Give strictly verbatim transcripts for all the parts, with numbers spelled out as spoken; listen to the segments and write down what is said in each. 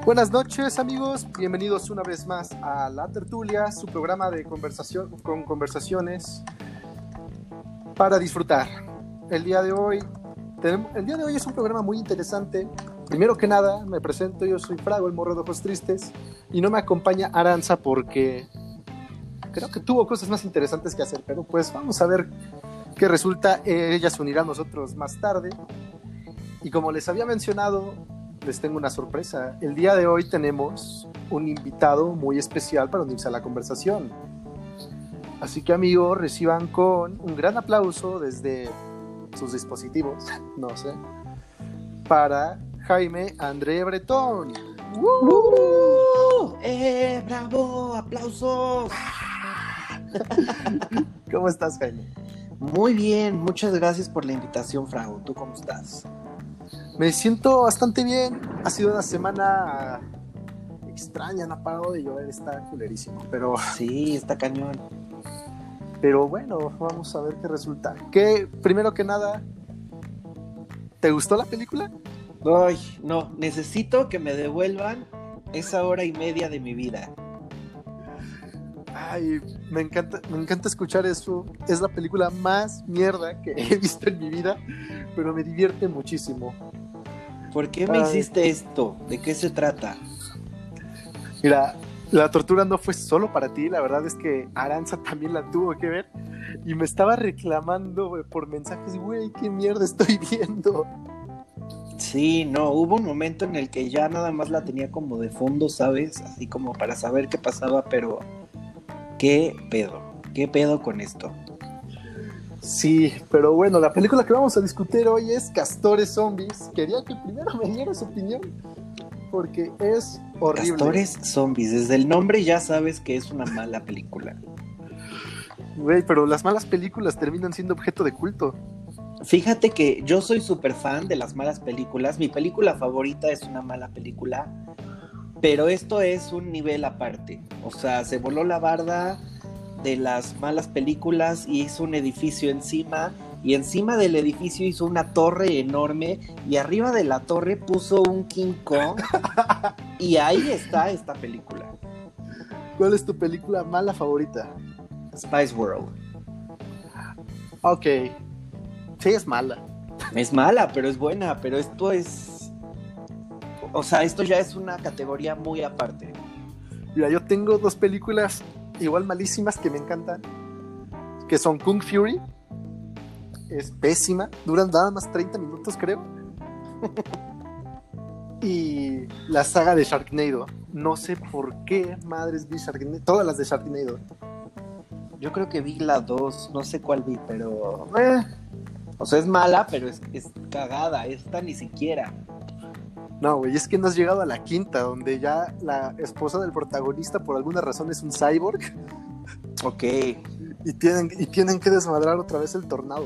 Buenas noches, amigos, bienvenidos una vez más a La Tertulia, su programa de conversación con conversaciones para disfrutar. El día de hoy, tenemos, el día de hoy es un programa muy interesante. Primero que nada, me presento, yo soy Frago, el morro de ojos tristes, y no me acompaña Aranza porque creo que tuvo cosas más interesantes que hacer, pero pues vamos a ver qué resulta. Ella se unirá a nosotros más tarde. Y como les había mencionado, les tengo una sorpresa. El día de hoy tenemos un invitado muy especial para unirse a la conversación. Así que, amigos, reciban con un gran aplauso desde sus dispositivos, no sé, para Jaime André Bretón. ¡Uh! ¡Eh, bravo! ¡Aplausos! ¿Cómo estás, Jaime? Muy bien, muchas gracias por la invitación, Frago. ¿Tú cómo estás? Me siento bastante bien. Ha sido una semana extraña, no ha parado de llover, está culerísimo, pero... Sí, está cañón. Pero bueno, vamos a ver qué resulta. ¿Qué, primero que nada, ¿te gustó la película? Ay, no, necesito que me devuelvan esa hora y media de mi vida. Ay, me encanta, me encanta escuchar eso. Es la película más mierda que he visto en mi vida, pero me divierte muchísimo. ¿Por qué me Ay. hiciste esto? ¿De qué se trata? Mira, la tortura no fue solo para ti, la verdad es que Aranza también la tuvo que ver y me estaba reclamando, güey, por mensajes, güey, qué mierda estoy viendo. Sí, no, hubo un momento en el que ya nada más la tenía como de fondo, ¿sabes? Así como para saber qué pasaba, pero ¿qué pedo? ¿Qué pedo con esto? Sí, pero bueno, la película que vamos a discutir hoy es Castores Zombies. Quería que primero me diera su opinión porque es horrible. Castores Zombies, desde el nombre ya sabes que es una mala película. Güey, pero las malas películas terminan siendo objeto de culto. Fíjate que yo soy súper fan de las malas películas. Mi película favorita es una mala película, pero esto es un nivel aparte. O sea, se voló la barda de las malas películas y hizo un edificio encima, y encima del edificio hizo una torre enorme, y arriba de la torre puso un King Kong, y ahí está esta película. ¿Cuál es tu película mala favorita? Spice World. Ok, sí es mala. Es mala, pero es buena, pero esto es... O sea, esto ya es una categoría muy aparte. Mira, yo tengo dos películas igual malísimas que me encantan, que son Kung Fury, es pésima, duran nada más treinta minutos creo, y la saga de Sharknado. No sé por qué madres vi Sharknado, todas las de Sharknado. Yo creo que vi la dos, no sé cuál vi, pero... Eh, o sea, es mala, pero es, es cagada, esta ni siquiera. No, güey, es que no has llegado a la quinta, donde ya la esposa del protagonista por alguna razón es un cyborg. Ok. Y tienen, y tienen que desmadrar otra vez el tornado.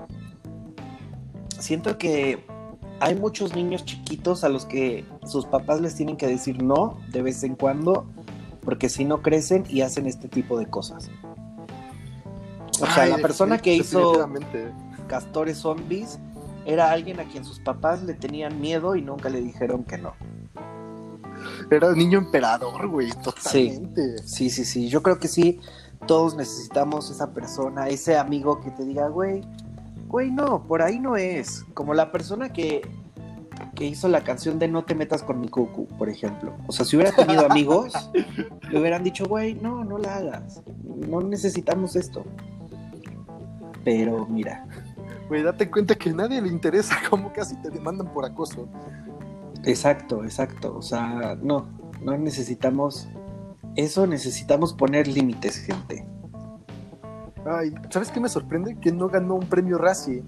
Siento que hay muchos niños chiquitos a los que sus papás les tienen que decir no de vez en cuando, porque si no crecen y hacen este tipo de cosas. O sea, Ay, la persona que hizo Castores Zombies era alguien a quien sus papás le tenían miedo y nunca le dijeron que no. Era un niño emperador, güey, totalmente. Sí, sí, sí, sí. Yo creo que sí, todos necesitamos esa persona, ese amigo que te diga, güey, güey, no, por ahí no es. Como la persona que, que hizo la canción de No te metas con mi cucu, por ejemplo. O sea, si hubiera tenido amigos, le hubieran dicho, güey, no, no la hagas. No necesitamos esto. Pero mira... Güey, date cuenta que a nadie le interesa cómo casi te demandan por acoso. Exacto, exacto. O sea, no, no necesitamos eso, necesitamos poner límites, gente. Ay, ¿sabes qué me sorprende? Que no ganó un premio Razzie.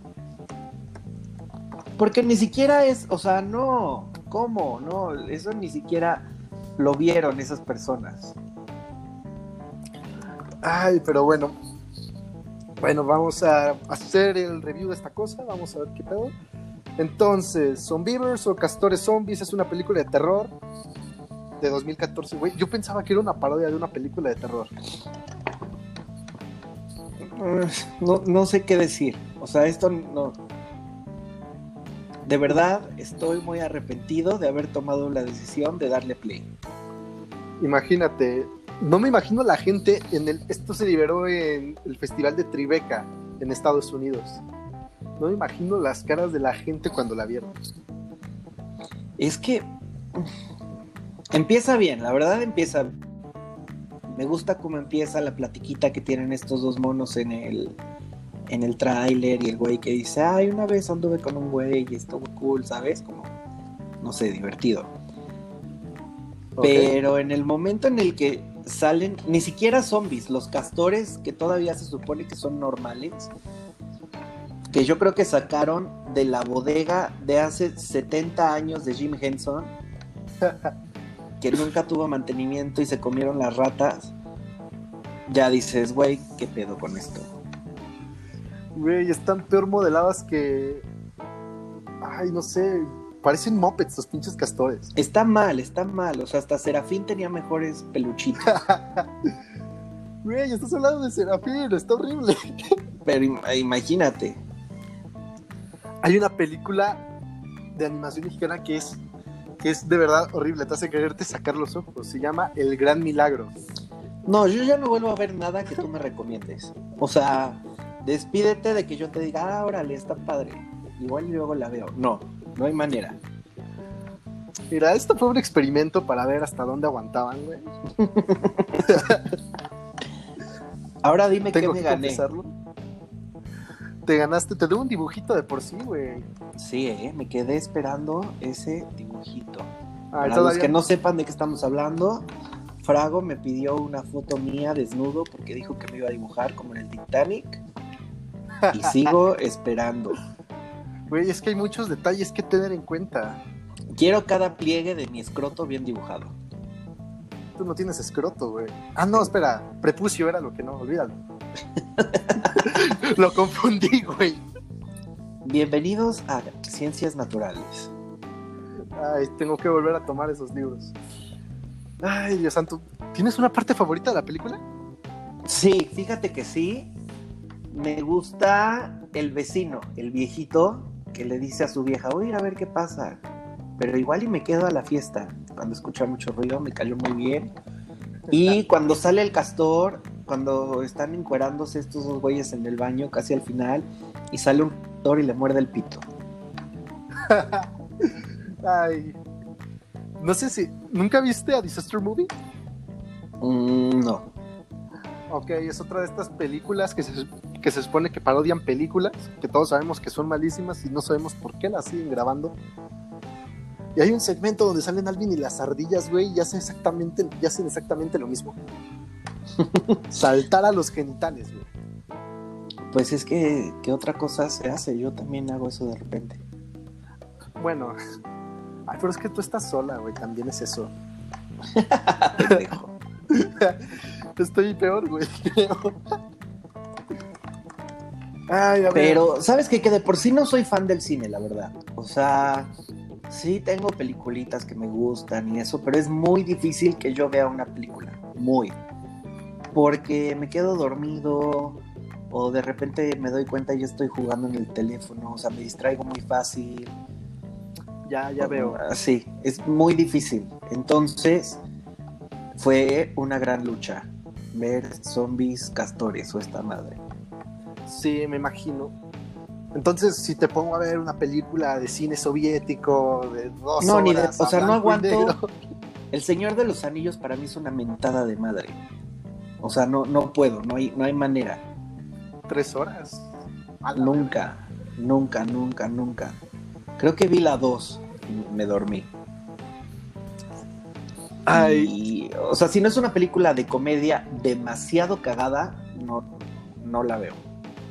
Porque ni siquiera es, o sea, no, ¿cómo? No, eso ni siquiera lo vieron esas personas. Ay, pero bueno. Bueno, vamos a hacer el review de esta cosa, vamos a ver qué pedo. Entonces, Zombievers o Castores Zombies es una película de terror de dos mil catorce, güey. Yo pensaba que era una parodia de una película de terror. No, no sé qué decir. O sea, esto no... de verdad estoy muy arrepentido de haber tomado la decisión de darle play. Imagínate, no me imagino la gente en el... Esto se liberó en el Festival de Tribeca en Estados Unidos. No me imagino las caras de la gente cuando la vieron. Es que empieza bien, la verdad empieza. Me gusta cómo empieza la platiquita que tienen estos dos monos en el en el tráiler y el güey que dice, ay, una vez anduve con un güey y estuvo cool, ¿sabes? Como, no sé, divertido. Okay. Pero en el momento en el que salen, ni siquiera zombies, los castores que todavía se supone que son normales, que yo creo que sacaron de la bodega de hace setenta años de Jim Henson, que nunca tuvo mantenimiento y se comieron las ratas, ya dices, güey, ¿qué pedo con esto? Güey, están peor modeladas que... Ay, no sé, parecen mopeds los pinches castores. Está mal, está mal, o sea, hasta Serafín tenía mejores peluchitos. Güey, estás hablando de Serafín, está horrible. Pero imagínate. Hay una película de animación mexicana que es, que es de verdad horrible, te hace quererte sacar los ojos. Se llama El Gran Milagro. No, yo ya no vuelvo a ver nada que tú me recomiendes. O sea, despídete de que yo te diga, ah, órale, está padre. Igual y luego la veo. No, no hay manera. Mira, esto fue un experimento para ver hasta dónde aguantaban, güey. Ahora dime qué me que gané. Confesarlo. Te ganaste, te doy un dibujito de por sí, güey. Sí, eh, me quedé esperando ese dibujito. Ah, Para todavía... los que no sepan de qué estamos hablando, Frago me pidió una foto mía desnudo porque dijo que me iba a dibujar como en el Titanic. Y sigo esperando. Güey, es que hay muchos detalles que tener en cuenta. Quiero cada pliegue de mi escroto bien dibujado. Tú no tienes escroto, güey. Ah, no, espera. Prepucio era lo que no, olvídalo. Lo confundí, güey. Bienvenidos a Ciencias Naturales. Ay, tengo que volver a tomar esos libros. Ay, Dios santo. ¿Tienes una parte favorita de la película? Sí, fíjate que sí. Me gusta el vecino, el viejito, que le dice a su vieja, voy a ir a ver qué pasa. Pero igual y me quedo a la fiesta. Cuando escucha mucho ruido, me cayó muy bien. Y cuando sale el castor, cuando están encuerándose estos dos güeyes en el baño, casi al final, y sale un castor y le muerde el pito. Ay. No sé si... ¿Nunca viste a Disaster Movie? Mm, no. Ok, es otra de estas películas que se, que se supone que parodian películas, que todos sabemos que son malísimas y no sabemos por qué las siguen grabando. Y hay un segmento donde salen Alvin y las ardillas, güey, y hacen exactamente, y hacen exactamente lo mismo. Saltar a los genitales, güey. Pues es que, ¿qué otra cosa se hace? Yo también hago eso de repente. Bueno, ay, pero es que tú estás sola, güey, también es eso. Estoy peor, güey, creo. Ay, a ver. Pero, ¿sabes qué? Que de por sí no soy fan del cine, la verdad. O sea, sí tengo peliculitas que me gustan y eso, pero es muy difícil que yo vea una película. Muy. Porque me quedo dormido o de repente me doy cuenta y ya estoy jugando en el teléfono. O sea, me distraigo muy fácil. Ya, ya veo. Sí, es muy difícil. Entonces, fue una gran lucha ver zombies castores o esta madre. Sí, me imagino. Entonces, si te pongo a ver una película de cine soviético de dos no, horas, ni de, o sea, no aguanto. Negro. El Señor de los Anillos para mí es una mentada de madre. O sea, no, no puedo, no hay, no hay manera. Tres horas. Nunca, nunca, nunca, nunca. Creo que vi la dos y me dormí. Ay. Y, o sea, si no es una película de comedia demasiado cagada, no, no la veo.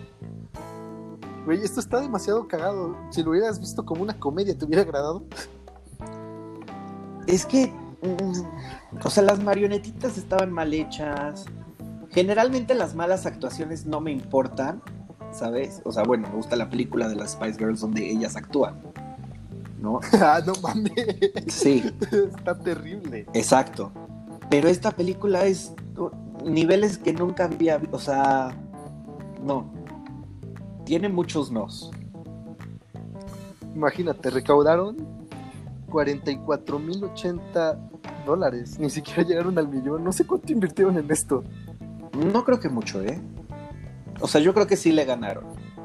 Güey, esto está demasiado cagado. Si lo hubieras visto como una comedia, ¿te hubiera agradado? Es que, o sea, las marionetitas estaban mal hechas. Generalmente las malas actuaciones no me importan, ¿sabes? O sea, bueno, me gusta la película de las Spice Girls donde ellas actúan, ¿no? Ah, no mames. Sí. Está terrible. Exacto. Pero esta película es niveles que nunca había, o sea, no. Tiene muchos nos. Imagínate, recaudaron cuarenta y cuatro mil ochenta dólares. Ni siquiera llegaron al millón. No sé cuánto invirtieron en esto. No creo que mucho, ¿eh? O sea, yo creo que sí le ganaron.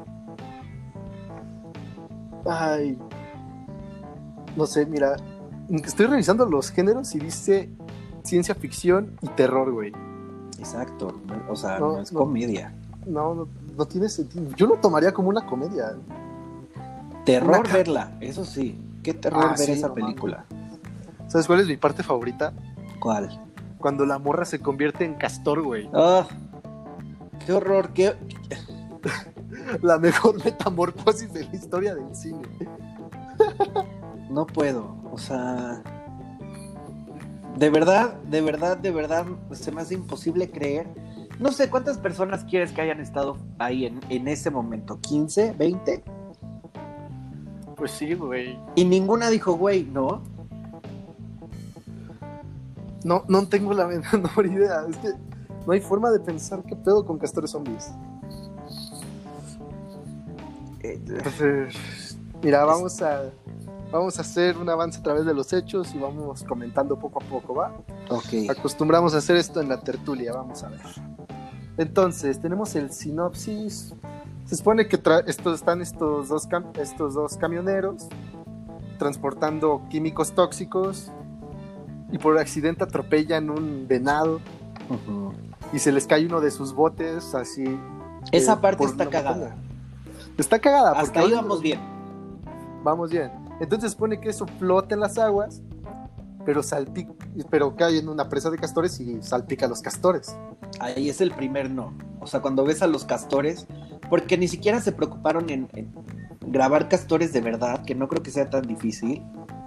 Ay. No sé, mira. Estoy revisando los géneros y dice ciencia ficción y terror, güey. Exacto. O sea, No, no, es no. comedia. No, no, no tiene sentido. Yo lo tomaría como una comedia. Terror Una ca- verla, eso sí. Qué terror Ah, ver sí, esa no película. ¿Sabes cuál es mi parte favorita? ¿Cuál? Cuando la morra se convierte en castor, güey. Ah, qué horror, qué... La mejor metamorfosis de la historia del cine. No puedo, o sea... De verdad, de verdad, de verdad, se me hace imposible creer. No sé, ¿cuántas personas quieres que hayan estado ahí en, en ese momento? ¿quince? ¿veinte? Pues sí, güey. Y ninguna dijo, güey, ¿no? No, no tengo la menor idea. Es que no hay forma de pensar qué pedo con castores zombies. Eh, Entonces, mira, vamos a, vamos a hacer un avance a través de los hechos y vamos comentando poco a poco, ¿va? ok. Acostumbramos a hacer esto en la tertulia, vamos a ver. Entonces, tenemos el sinopsis. Se supone que tra- estos, están estos dos, cam- estos dos camioneros transportando químicos tóxicos y por accidente atropellan un venado Uh-huh. y se les cae uno de sus botes así. Esa eh, parte por está la cagada. montaña. Está cagada. Hasta porque ahí ahora- vamos bien. Vamos bien. Entonces se supone que eso flota en las aguas, pero salpica, pero cae en una presa de castores y salpica a los castores. Ahí es el primer no. O sea, cuando ves a los castores, porque ni siquiera se preocuparon en, en grabar castores de verdad, que no creo que sea tan difícil.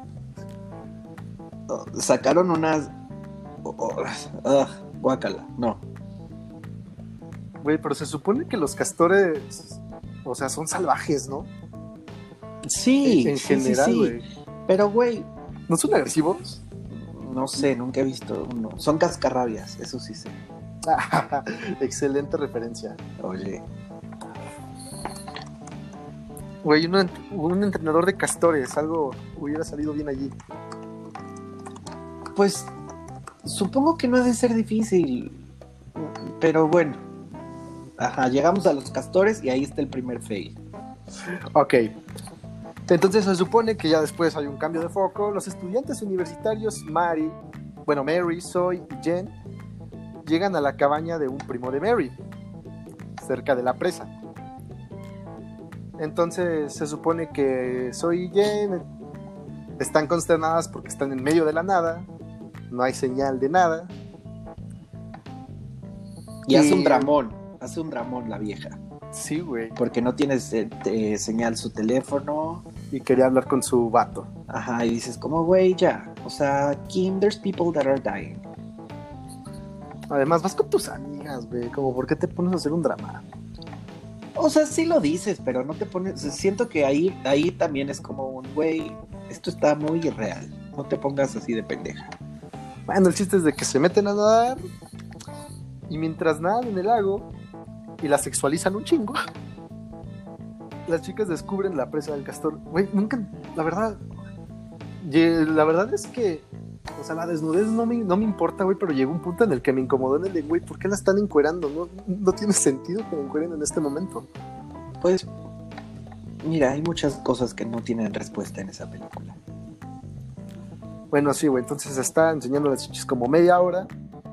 Oh, sacaron unas... Oh, oh, ah, guácala, no. Güey, pero se supone que los castores, o sea, son salvajes, ¿no? Sí, en en sí, general, sí, sí. güey. Pero, güey, ¿No son agresivos? no sé, nunca he visto uno. Son cascarrabias, eso sí sé. Excelente referencia. Oye, Güey, un, un entrenador de castores, algo hubiera salido bien allí. pues supongo que no ha de ser difícil. Pero bueno. Ajá, llegamos a los castores y ahí está el primer fail. Ok. Entonces se supone que ya después hay un cambio de foco. Los estudiantes universitarios Mary, bueno, Mary, Zoe y Jen llegan a la cabaña de un primo de Mary, cerca de la presa. Entonces se supone que Zoe y Jen están consternadas porque están en medio de la nada, no hay señal de nada. Y, Y- hace un dramón, hace un dramón la vieja. Sí, güey. Porque no tiene se- te- señal su teléfono. Y quería hablar con su vato. Ajá, y dices, como, güey, ya. O sea, Kim, there's people that are dying. Además, vas con tus amigas, güey. Como, ¿por qué te pones a hacer un drama? O sea, sí lo dices, pero no te pones... Siento que ahí, ahí también es como un, güey, esto está muy irreal. No te pongas así de pendeja. Bueno, el chiste es de que se meten a nadar y mientras nadan en el lago y la sexualizan un chingo, las chicas descubren la presa del castor. Güey, nunca, la verdad, ye- la verdad es que, o sea, la desnudez no me, no me importa, güey, pero llegó un punto en el que me incomodó en el de, güey, ¿por qué la están encuerando? No, no tiene sentido que la encueren en este momento. Pues, mira, hay muchas cosas que no tienen respuesta en esa película. Bueno, sí, güey, entonces está enseñando las chichis como media hora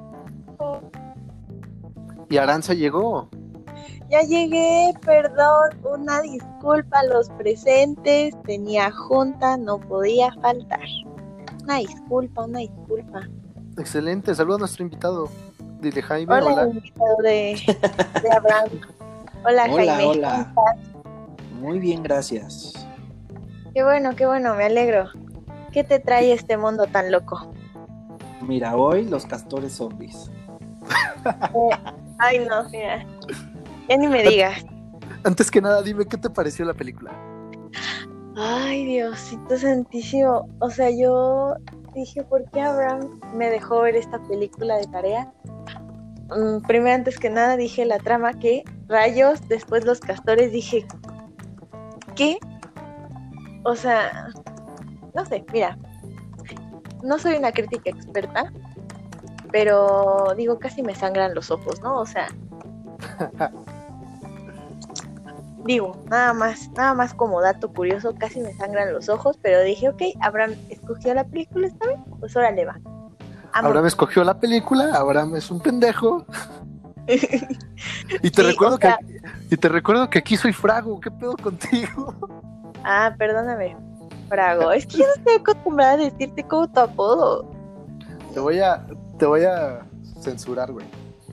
y Aranza llegó. Ya llegué, perdón, una disculpa a los presentes, tenía junta, no podía faltar. Una disculpa, una disculpa. Excelente, saluda a nuestro invitado. Dile, Jaime, Hola, hola. invitado de, de Abraham. Hola, Hola, Jaime. hola. ¿Cómo estás? Muy bien, gracias. Qué bueno, qué bueno, me alegro. ¿Qué te trae este mundo tan loco? Mira, hoy los castores zombies. Eh, ay, no, mira. Ya ni me digas. Antes que nada, dime, ¿qué te pareció la película? Ay, Diosito santísimo. O sea, yo dije, ¿por qué Abraham me dejó ver esta película de tarea? Mm, primero, antes que nada, dije la trama, que rayos, después los castores, dije, ¿qué? o sea, no sé, mira, no soy una crítica experta, pero digo, casi me sangran los ojos, ¿no? O sea, digo, nada más, nada más como dato curioso, casi me sangran los ojos, pero dije, ok, Abraham escogió la película, ¿está bien? Pues órale va. Amo. Abraham escogió la película, Abraham es un pendejo. y te Sí, recuerdo o sea- que y te recuerdo que aquí soy Frago, ¿qué pedo contigo? Ah, perdóname, Frago, es que yo no estoy acostumbrada a decirte como tu apodo. Te voy a te voy a censurar, güey.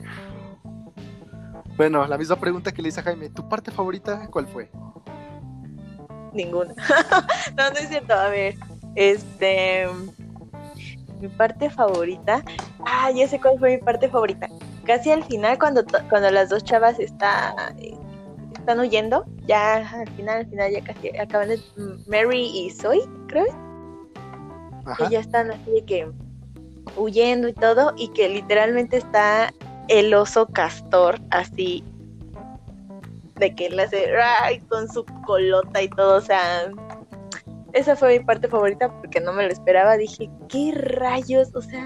Bueno, la misma pregunta que le hice a Jaime, ¿tu parte favorita cuál fue? Ninguna. No, no es cierto. A ver, este. Mi parte favorita. Ah, ya sé cuál fue mi parte favorita. Casi al final, cuando, to- cuando las dos chavas está, eh, están huyendo, ya al final, al final, ya casi acaban de. Mary y Zoe, creo, Ajá. que ya están así de que huyendo y todo, y que literalmente está el oso castor así de que él hace ¡ay! Con su colota y todo, o sea, esa fue mi parte favorita porque no me lo esperaba, dije, ¿qué rayos? O sea,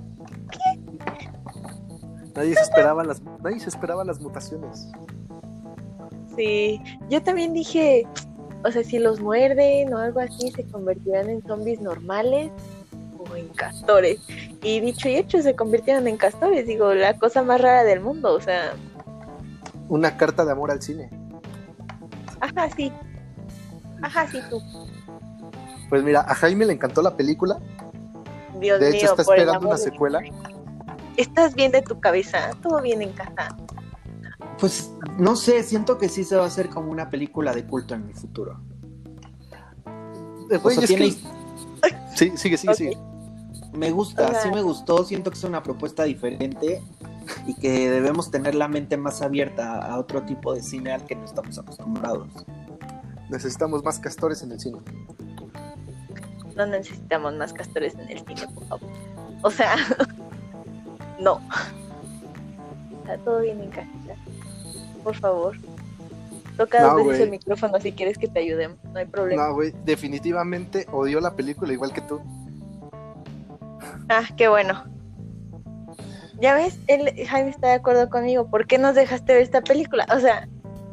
Nadie se esperaba las nadie se esperaba las mutaciones. sí, yo también dije, o sea, si los muerden o algo así, se convertirán en zombies normales o en castores. Y dicho y hecho, se convirtieron en castores, digo, la cosa más rara del mundo, o sea, Una carta de amor al cine. ajá, sí, ajá, sí, tú. Pues mira, a Jaime le encantó la película. Dios De mío, hecho, está por el esperando amor una de- secuela. ¿Estás bien de tu cabeza? ¿Todo bien en casa? Pues no sé, siento que sí se va a hacer como una película de culto en el futuro. Eh, O güey, sea, es tiene- que- Sí, sigue, sigue, Ok. sigue. Me gusta, O sea- sí me gustó, siento que es una propuesta diferente y que debemos tener la mente más abierta a otro tipo de cine al que no estamos acostumbrados. Necesitamos más castores en el cine. No necesitamos más castores en el cine, por favor. O sea, no. Está todo bien en casita. Por favor. Toca No, dos veces güey. el micrófono si quieres que te ayudemos. No hay problema. No, güey, definitivamente odió la película igual que tú. Ah, qué bueno. Ya ves, él, Jaime está de acuerdo conmigo. ¿Por qué nos dejaste ver esta película? O sea,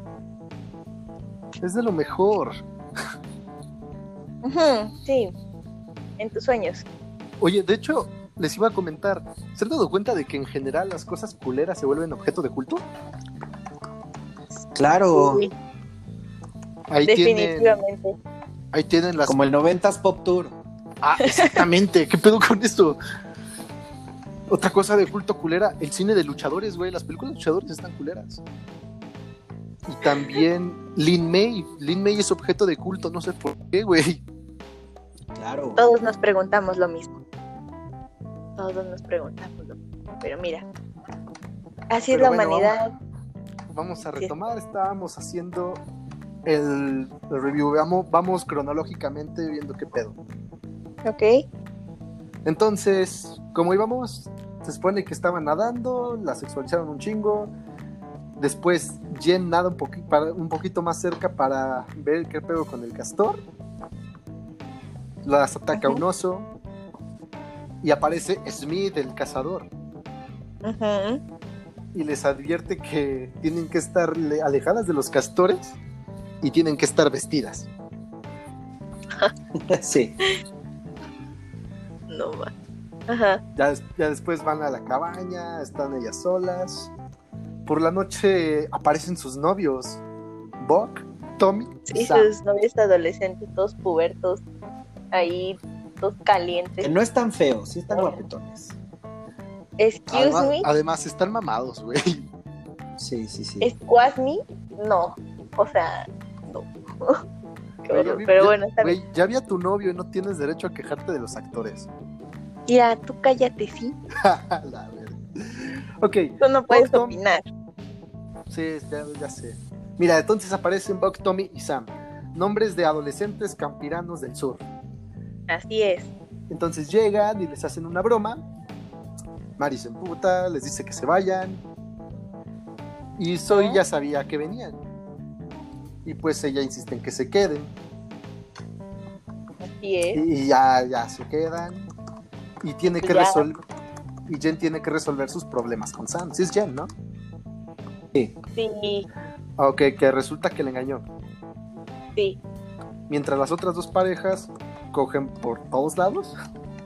Es de lo mejor. ujú, sí. En tus sueños. Oye, de hecho, les iba a comentar, ¿se han dado cuenta de que en general las cosas culeras se vuelven objeto de culto? Claro, Sí, Ahí tienen, definitivamente. ahí tienen las... como el noventas Pop Tour. Ah, exactamente, ¿qué pedo con esto? Otra cosa de culto culera, el cine de luchadores, güey, las películas de luchadores están culeras. Y también Lin May, Lin May es objeto de culto, no sé por qué, güey. Claro. Todos nos preguntamos lo mismo. Todos nos preguntamos lo mismo. Pero mira, así es Pero la bueno, humanidad. Vamos a retomar, estábamos haciendo el, el review, vamos, vamos cronológicamente viendo qué pedo. Ok. Entonces, como íbamos, se supone que estaban nadando, la sexualizaron un chingo. Después Jen nada un, poqui- para, un poquito más cerca para ver qué pedo con el castor. Las ataca Ujú. un oso. Y aparece Smith, el cazador. Ujú. Y les advierte que tienen que estar le- alejadas de los castores y tienen que estar vestidas. Sí. No va. Ajá. Ya, des- ya después van a la cabaña, están ellas solas. Por la noche aparecen sus novios, Buck, Tommy y Sí, Sam. sus novios adolescentes, todos pubertos, ahí, todos calientes. Que no están feos, sí están guapetones. Excuse Además, me, además están mamados, güey. Sí, sí, sí. excuse me, no. O sea, no. Qué Güey, ya horror. vi- Pero ya- bueno, está bien. güey, ya vi a tu novio y no tienes derecho a quejarte de los actores. Mira, tú cállate, sí. La verga. Ok, Tú no puedes Tom- opinar. sí, ya, ya sé. Mira, entonces aparecen Buck, Tommy y Sam, nombres de adolescentes campiranos del sur. Así es. Entonces llegan y les hacen una broma. Mari se emputa, les dice que se vayan. Y Zoe ¿No? ya sabía que venían. Y pues ella insiste en que se queden. Así es. Y ya, ya se quedan. Y tiene que Ya. resolver. Y Jen tiene que resolver sus problemas con Sam. Sí es Jen, ¿no? Sí. Sí, Ok, que resulta que le engañó. sí. Mientras las otras dos parejas cogen por todos lados.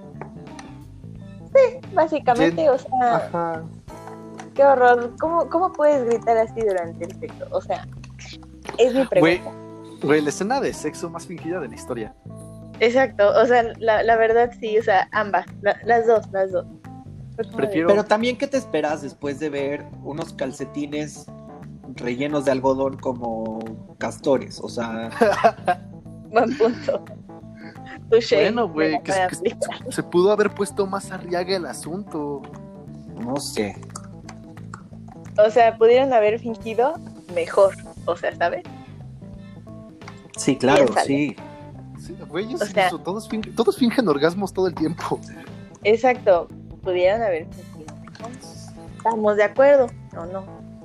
Básicamente, Jen- o sea, Ajá. qué horror. ¿Cómo, ¿Cómo puedes gritar así durante el sexo? O sea, es mi Güey, pregunta. güey, la escena de sexo más fingida de la historia. Exacto, o sea, la, la verdad sí, o sea, ambas, la- las dos, las dos. Fue como de- Prefiero- Pero también, ¿qué te esperas después de ver unos calcetines rellenos de algodón como castores? O sea, Buen punto. Touché. Bueno, güey, Me la que, voy a que aplicar. se pudo haber puesto más arriaga el asunto. no sé. O sea, pudieron haber fingido mejor, o sea, ¿sabes? Sí, claro, Piénsalo. sí. Sí, güey, es O sea- eso, todos, fingen, todos fingen orgasmos todo el tiempo. Exacto, pudieron haber fingido mejor. ¿Estamos de acuerdo? No, no.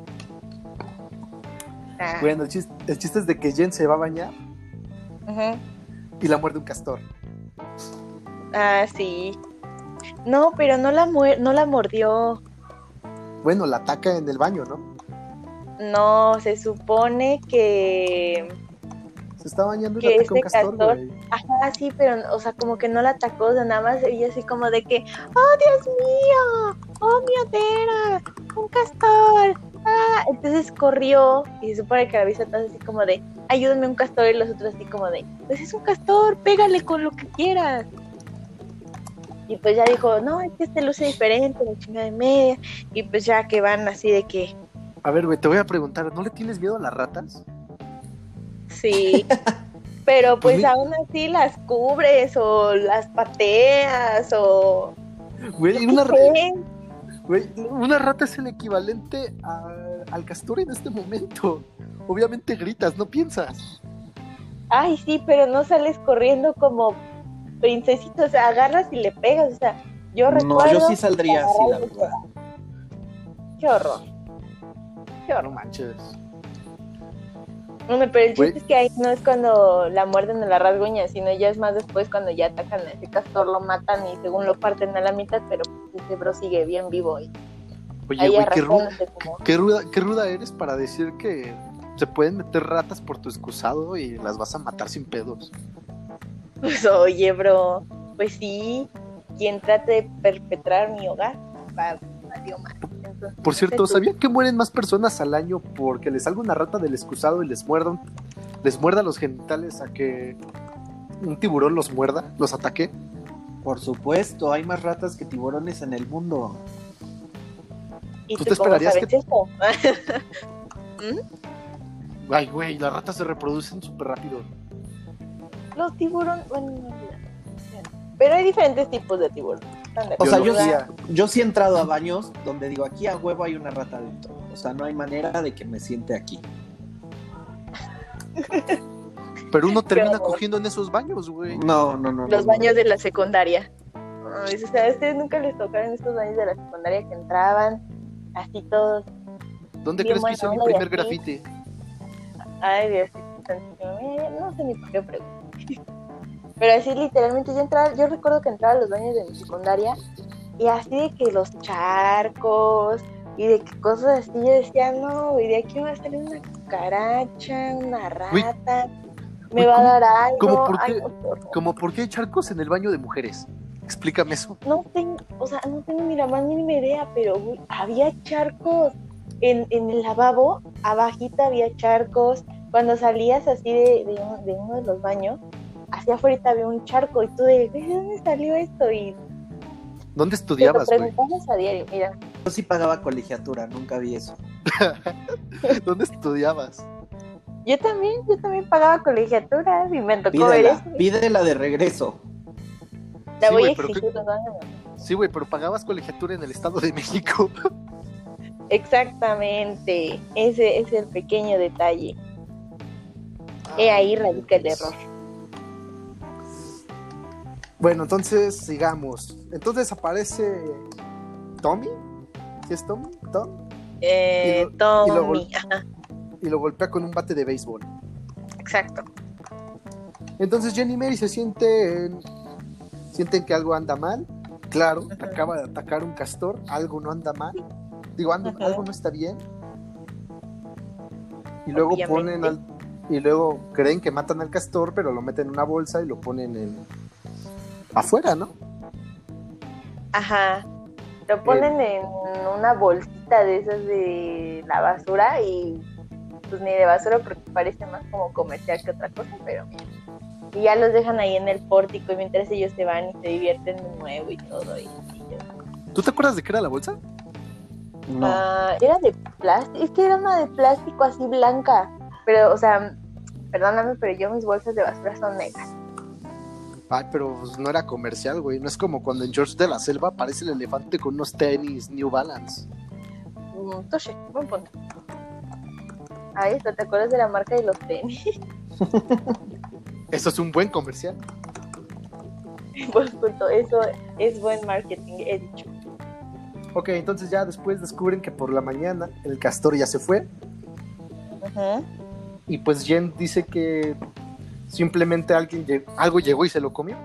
Ah, Bueno, el chiste, el chiste es de que Jen se va a bañar ujú. y la muerde un castor. Ah, sí. No, pero no la, muer- no la mordió. Bueno, la ataca en el baño, ¿no? No, se supone que... Se está bañando y Que le ataca un este castor, castor- güey. Ajá, sí, pero, o sea, como que no la atacó, o sea, nada más ella así como de que, ¡oh, Dios mío! ¡Oh, miadera! ¡Un castor! ¡Ah! Entonces corrió y se supone que la vista todas así como de, ayúdame un castor, y los otros así como de, pues es un castor, pégale con lo que quieras. Y pues ya dijo, no, es que este luce diferente, la chingada de media. Y pues ya que van así de que, A ver, güey, te voy a preguntar, ¿no le tienes miedo a las ratas? sí. Pero Pues pues mi- aún así las cubres o las pateas o... Güey, yo una, qué ra- sé. güey, una rata es el equivalente a- al castor en este momento. Obviamente gritas, no piensas. Ay, sí, pero no sales corriendo como princesito, o sea, agarras y le pegas, o sea, yo No, recuerdo... yo sí saldría así, la verdad. Qué horror, qué No horror. manches. Bueno, pero el chiste Güey. es que ahí no es cuando la muerden o la rasguña, sino ya es más después cuando ya atacan a ese castor, lo matan y según lo parten a la mitad, pero pues, ese bro sigue bien vivo y Oye, ahí güey, qué, ru- arrastrándose como... qué ruda, qué ruda eres para decir que se pueden meter ratas por tu excusado y las vas a matar sin pedos. Pues oye, bro, pues sí, quien trate de perpetrar mi hogar, va, valió mal. Entonces, Por cierto, no sé tú. ¿sabían que mueren más personas al año porque les salga una rata del excusado y les muerda, les muerda los genitales a que un tiburón los muerda, los ataque? Por supuesto, hay más ratas que tiburones en el mundo. ¿Y ¿Tú tú te cómo esperarías sabes que- eso? Ay, güey, las ratas se reproducen súper rápido. Los tiburones, bueno, no olvidar. Pero hay diferentes tipos de tiburones. ¿están de O sea, yo, acuerdo? Biología. yo sí he entrado a baños donde digo, aquí a huevo hay una rata dentro. O sea, no hay manera de que me siente aquí. Pero uno termina horror. cogiendo en esos baños, güey. No, no, no. Los no, baños de la secundaria. Ay, o sea, ¿a ustedes nunca les tocaron estos baños de la secundaria que entraban así todos? ¿Dónde Bien crees que hice mi buena onda y primer así. grafiti? Ay, Dios, no sé ni por qué pregunto. Pero así literalmente yo entraba, yo recuerdo que entraba a los baños de mi secundaria y así de que los charcos y de que cosas así, yo decía, no, güey, de aquí va a salir una cucaracha, una Güey, rata, me güey, va a ¿cómo- dar algo. cómo por Ay, qué? no, qué horror. Como, ¿por qué hay charcos en el baño de mujeres? Explícame eso. No tengo, o sea, no tengo ni la más mínima idea, pero güey, había charcos en, en el lavabo, abajita había charcos. Cuando salías así de, de, un- de uno de los baños, hacia afuera había un charco y tú de, "Güey, ¿de dónde salió esto?" Y ¿Dónde te lo estudiabas, güey? preguntamos a diario, mira, Yo sí pagaba colegiatura, nunca vi eso. ¿Dónde estudiabas? yo también, yo también pagaba colegiatura y me tocó ver Pídela, eso. pídela de regreso. La Sí, voy güey, a pero exigir, ¿qué- ¿no? No, no. Sí, güey, pero pagabas colegiatura en el Estado de México. Exactamente, ese es el pequeño detalle. He ahí radica el error. Bueno, entonces sigamos. Entonces aparece Tommy. ¿Sí es Tommy? Tom. Eh, Y lo- y lo Tommy, gol- ajá, Y lo golpea con un bate de béisbol. exacto. Entonces Jen y Mary se sienten, sienten que algo anda mal. Claro, te acaba de atacar un castor, algo no anda mal. Digo, ando, Ajá. algo no está bien. Y luego Obviamente. ponen al, y luego creen que matan al castor, pero lo meten en una bolsa y lo ponen en afuera, ¿no? Ajá. Lo ponen en una bolsita de esas de la basura y pues ni de basura porque parece más como comercial que otra cosa, pero y ya los dejan ahí en el pórtico y mientras ellos se van y se divierten de nuevo y todo. Y, y yo- ¿Tú te acuerdas de qué era la bolsa? No. Ah, era de plástico, es que era una de plástico así blanca, pero o sea, perdóname, pero yo mis bolsas de basura son negras. Ay, pero pues, no era comercial, güey. No es como cuando en George de la Selva aparece el elefante con unos tenis New Balance. Mm, touché, buen punto. Ahí está, ¿te acuerdas de la marca de los tenis? Eso es un buen comercial. Buen punto, eso es buen marketing, he dicho. Ok, entonces ya después descubren que por la mañana el castor ya se fue. Ujú. Y pues Jen dice que simplemente alguien lleg- algo llegó y se lo comió.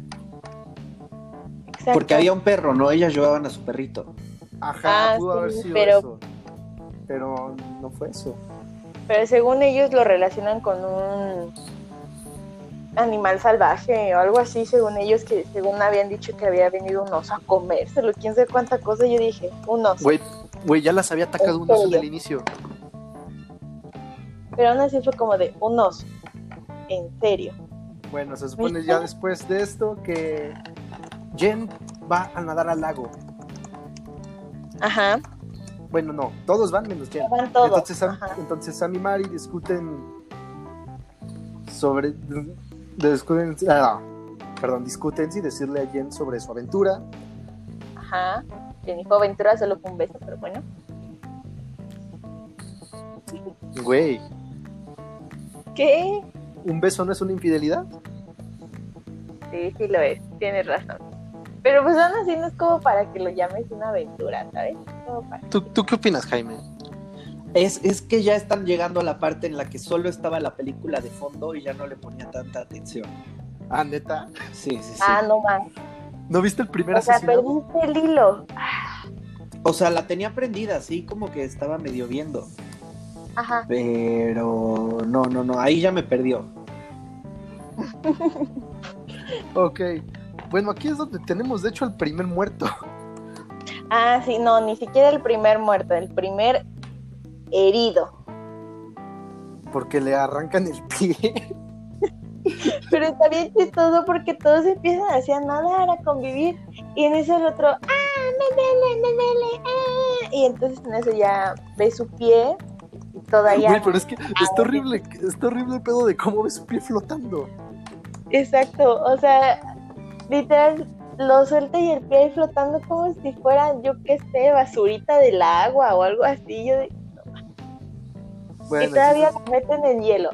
Exacto. Porque había un perro, ¿no? Ellas llevaban a su perrito. Ajá, Ah, pudo sí, haber sido pero- eso. Pero no fue eso. Pero según ellos lo relacionan con un animal salvaje o algo así, según ellos, que según habían dicho que había venido un oso a comérselo, quién sabe cuánta cosa. Yo dije, un oso. Güey, güey, ya las había atacado un oso en el inicio. Pero aún así fue como de un oso. En serio. Bueno, se supone ¿Viste? ya después de esto que Jen va a nadar al lago. Ajá. Bueno, no, todos van menos Jen. Van todos. Entonces, Sam, Ajá. entonces Sam y Mary discuten sobre... discuten, ah, perdón, discuten si decirle a Jen sobre su aventura. Ajá. Que ni fue aventura, solo fue un beso, pero bueno. Güey, ¿Qué? ¿un beso no es una infidelidad? Sí, sí lo es, tienes razón. Pero pues aún así no es como para que lo llames una aventura, ¿sabes? Como para... ¿Tú, ¿Tú qué opinas, Jaime? Es, es que ya están llegando a la parte en la que solo estaba la película de fondo y ya no le ponía tanta atención. Ah, neta. Sí, sí, sí. Ah, no más. ¿No viste el primer O sea, asesinato? perdiste el hilo. O sea, la tenía prendida, así como que estaba medio viendo. Ajá. Pero no, no, no, ahí ya me perdió. Ok. Bueno, aquí es donde tenemos, de hecho, el primer muerto. Ah, sí, no, ni siquiera el primer muerto, el primer herido. Porque le arrancan el pie. Pero está bien chistoso porque todos empiezan así a nadar, a convivir. Y en eso el otro, ¡ah, me duele, me duele! ¡Ah! Y entonces en eso ya ve su pie y todavía... Güey, pero es que está horrible, está horrible el pedo de cómo ve su pie flotando. Exacto, o sea, literal, lo suelta y el pie ahí flotando como si fuera, yo qué sé, basurita del agua o algo así. Yo de- Bueno, y todavía entonces, lo meten en hielo.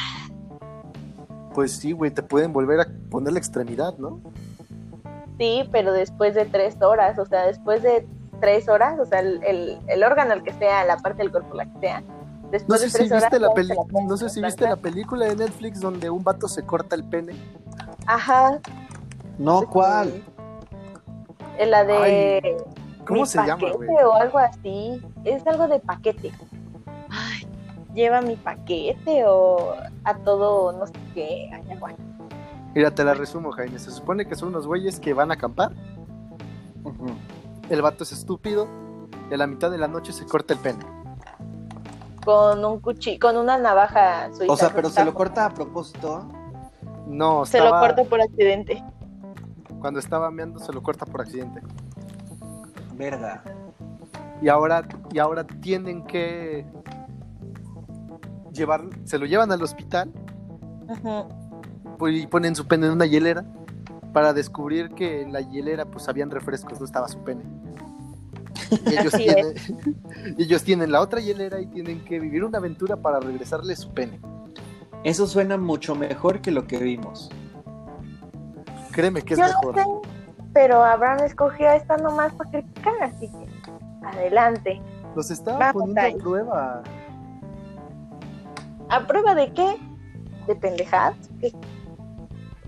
pues sí, güey, te pueden volver a poner la extremidad, ¿no? Sí, pero después de tres horas, o sea, después de tres horas, o sea, el, el, el órgano, el que sea, la parte del cuerpo, la que sea, No después sé de si tres horas... viste la ya peli, se la pueden no sé si viste la trasplantar. película de Netflix donde un vato se corta el pene. Ajá, No, ¿cuál? en la de... Ay, ¿cómo mi se llama, paquete güey? o algo así, es algo de paquete. Ay, lleva mi paquete o a todo, no sé qué, ay, aguanta. Mira, te la resumo, Jaime. Se supone que son unos güeyes que van a acampar. Ujú. El vato es estúpido. Y a la mitad de la noche se corta el pene. Con un cuchillo, con una navaja suiza. O sea, pero se lo Está- corta a propósito. No, Se lo estaba, corta por accidente. cuando estaba meando se lo corta por accidente. Verga. Y ahora, y ahora tienen que llevar, se lo llevan al hospital Ujú. y ponen su pene en una hielera para descubrir que en la hielera pues habían refrescos, no estaba su pene. Y ellos, Así tienen, y ellos tienen la otra hielera y tienen que vivir una aventura para regresarle su pene. Eso suena mucho mejor que lo que vimos. Créeme que es Yo mejor. no sé, pero Abraham escogió esta nomás para criticar, así que adelante. Los estaba Vamos poniendo ahí. a prueba. ¿A prueba de qué? ¿De pendejadas? ¿Qué?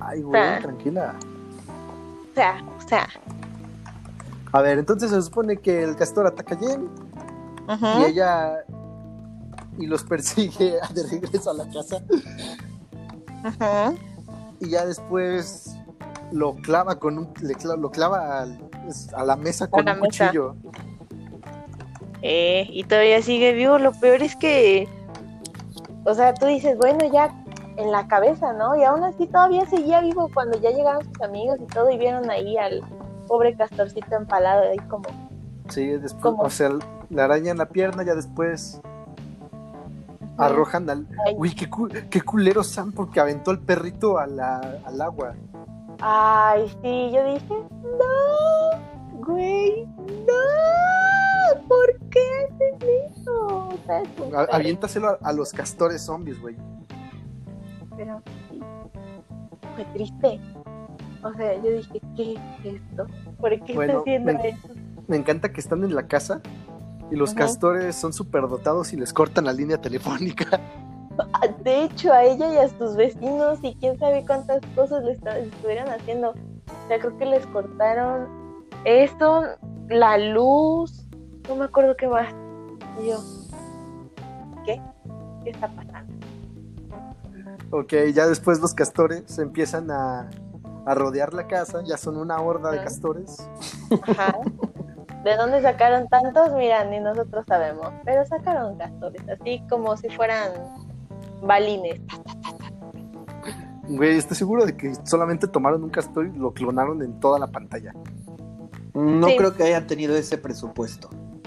Ay, O güey, sea, tranquila. o sea, o sea. A ver, entonces se supone que el castor ataca a Jen Ujú. y ella y los persigue de regreso a la casa Ujú. y ya después lo clava con un le cla- lo clava al- a la mesa con la un mesa. cuchillo. Eh, y todavía sigue vivo. Lo peor es que, o sea, tú dices, bueno, ya en la cabeza, ¿no? Y aún así todavía seguía vivo cuando ya llegaron sus amigos y todo y vieron ahí al pobre castorcito empalado ahí como, Sí, después, como, o sea, le arañan la pierna, ya después ujú. arrojan al... Ay, Uy, qué, cu- qué culero Sam porque aventó al perrito a la, al agua. ay, sí, yo dije, no, güey, no, ¿por qué haces eso? O sea, es un A- perro, aviéntaselo a, a los castores zombies, güey. pero sí, fue triste. O sea, yo dije, ¿qué es esto? ¿Por qué Bueno, está haciendo me- eso? Me encanta que están en la casa y los Ujú. castores son superdotados y les cortan la línea telefónica. Ah, de hecho, a ella y a sus vecinos y quién sabe cuántas cosas le esta- estuvieran haciendo. O sea, creo que les cortaron esto, la luz, no me acuerdo qué más. Y yo, ¿qué? ¿Qué está pasando? Ok, ya después los castores empiezan a, a rodear la casa, ya son una horda de Ujú. castores. Ajá. ¿De dónde sacaron tantos? Mira, ni nosotros sabemos. Pero sacaron castores, así como si fueran balines. Güey, estoy seguro de que solamente tomaron un castor y lo clonaron en toda la pantalla. No Sí. creo que hayan tenido ese presupuesto.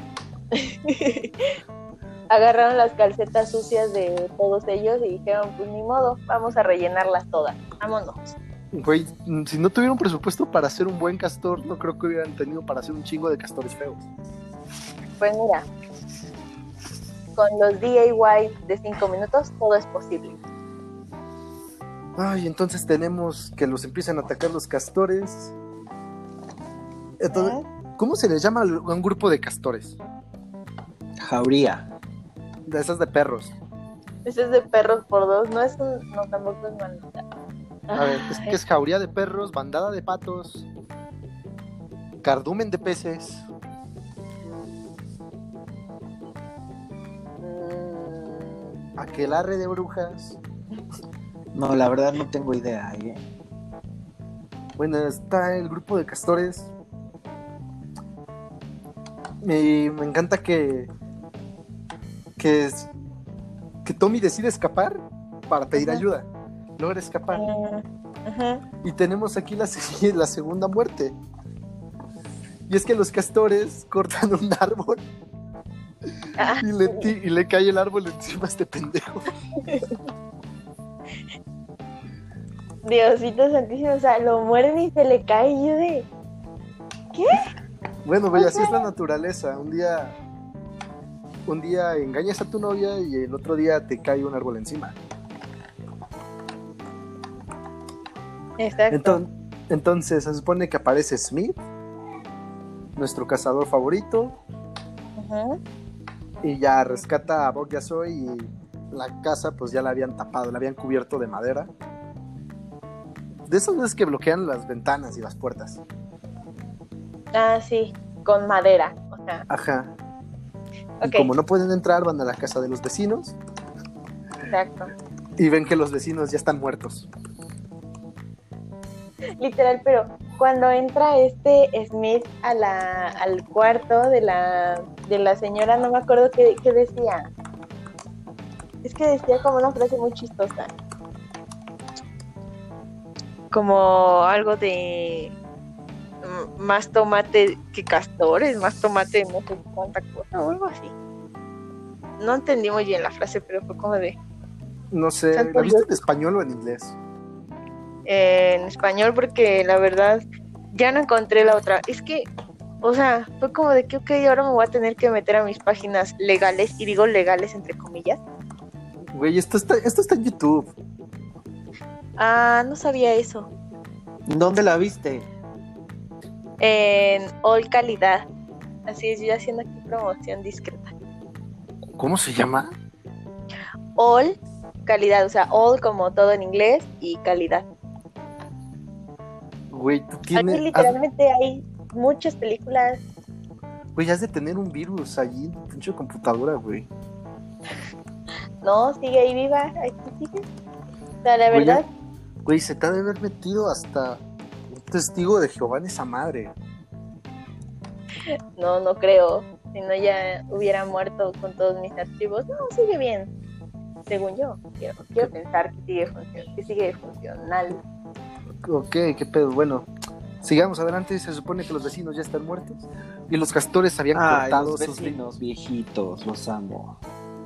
Agarraron las calcetas sucias de todos ellos y dijeron, pues ni modo, vamos a rellenarlas todas. Vámonos. Güey, si no tuvieron presupuesto para hacer un buen castor, no creo que hubieran tenido para hacer un chingo de castores feos. Pues mira, con los D I Y de cinco minutos todo es posible. Ay, entonces tenemos que los empiezan a atacar los castores. Entonces, ¿cómo se les llama a un grupo de castores? Jauría. De esas de perros. Ese es de perros por dos, no es un, no tampoco es maldita. A ver, es que es jauría de perros, bandada de patos, cardumen de peces. Mm, Aquelarre de brujas. No, la verdad no tengo idea, ¿eh? Bueno, está el grupo de castores. Y me encanta que que, es- que Tommy decide escapar para pedir Ajá. ayuda. Logra escapar. mm, ajá. Y tenemos aquí la, se- la segunda muerte. Y es que los castores cortan un árbol Ah, y le, ti- y le cae el árbol encima a este pendejo. Diosito santísimo, o sea, lo mueren y se le cae y yo de... Bueno, güey, así es la naturaleza. Un día, un día engañas a tu novia y el otro día te cae un árbol encima. Exacto. Enton- entonces se supone que aparece Smith, nuestro cazador favorito, Ujú. y ya rescata a Bok Yasoy y la casa pues ya la habían tapado, la habían cubierto de madera. De esas veces que bloquean las ventanas y las puertas. Ah, sí, con madera, o sea, Ajá. Y ok, como no pueden entrar, van a la casa de los vecinos exacto. y ven que los vecinos ya están muertos. Literal, pero cuando entra este Smith a la, al cuarto de la, de la señora, no me acuerdo qué, qué decía. Es que decía como una frase muy chistosa. Como algo de mm, más tomate que castores, más tomate no sé cuánta cosa o algo así. No entendí muy bien la frase, pero fue como de No sé, Santo ¿la viste Dios. en español o en inglés? eh, en español porque la verdad ya no encontré la otra. Es que, o sea, fue como de que, ok, ahora me voy a tener que meter a mis páginas legales, y digo legales entre comillas. Güey, esto está, esto está en YouTube. Ah, no sabía eso. ¿Dónde la viste? En All Calidad. Así es, yo haciendo aquí promoción discreta. ¿Cómo se llama? All Calidad, o sea, all como todo en inglés y calidad. Güey, tú Aquí tienes... Has, literalmente hay muchas películas. güey, has de tener un virus allí en tu pinche computadora, güey. No, sigue ahí viva, aquí sigue. O sea, la Güey, verdad, ya- güey, se te ha de haber metido hasta un testigo de Jehová en esa madre. no, no creo. Si no, ya hubiera muerto con todos mis archivos. No, sigue bien. Según yo, quiero, quiero pensar que sigue, funcion- que sigue funcional. Ok, qué pedo. Bueno, sigamos adelante. Se supone que los vecinos ya están muertos y los castores habían Ay, cortado los sus vecinos viejitos, los amo.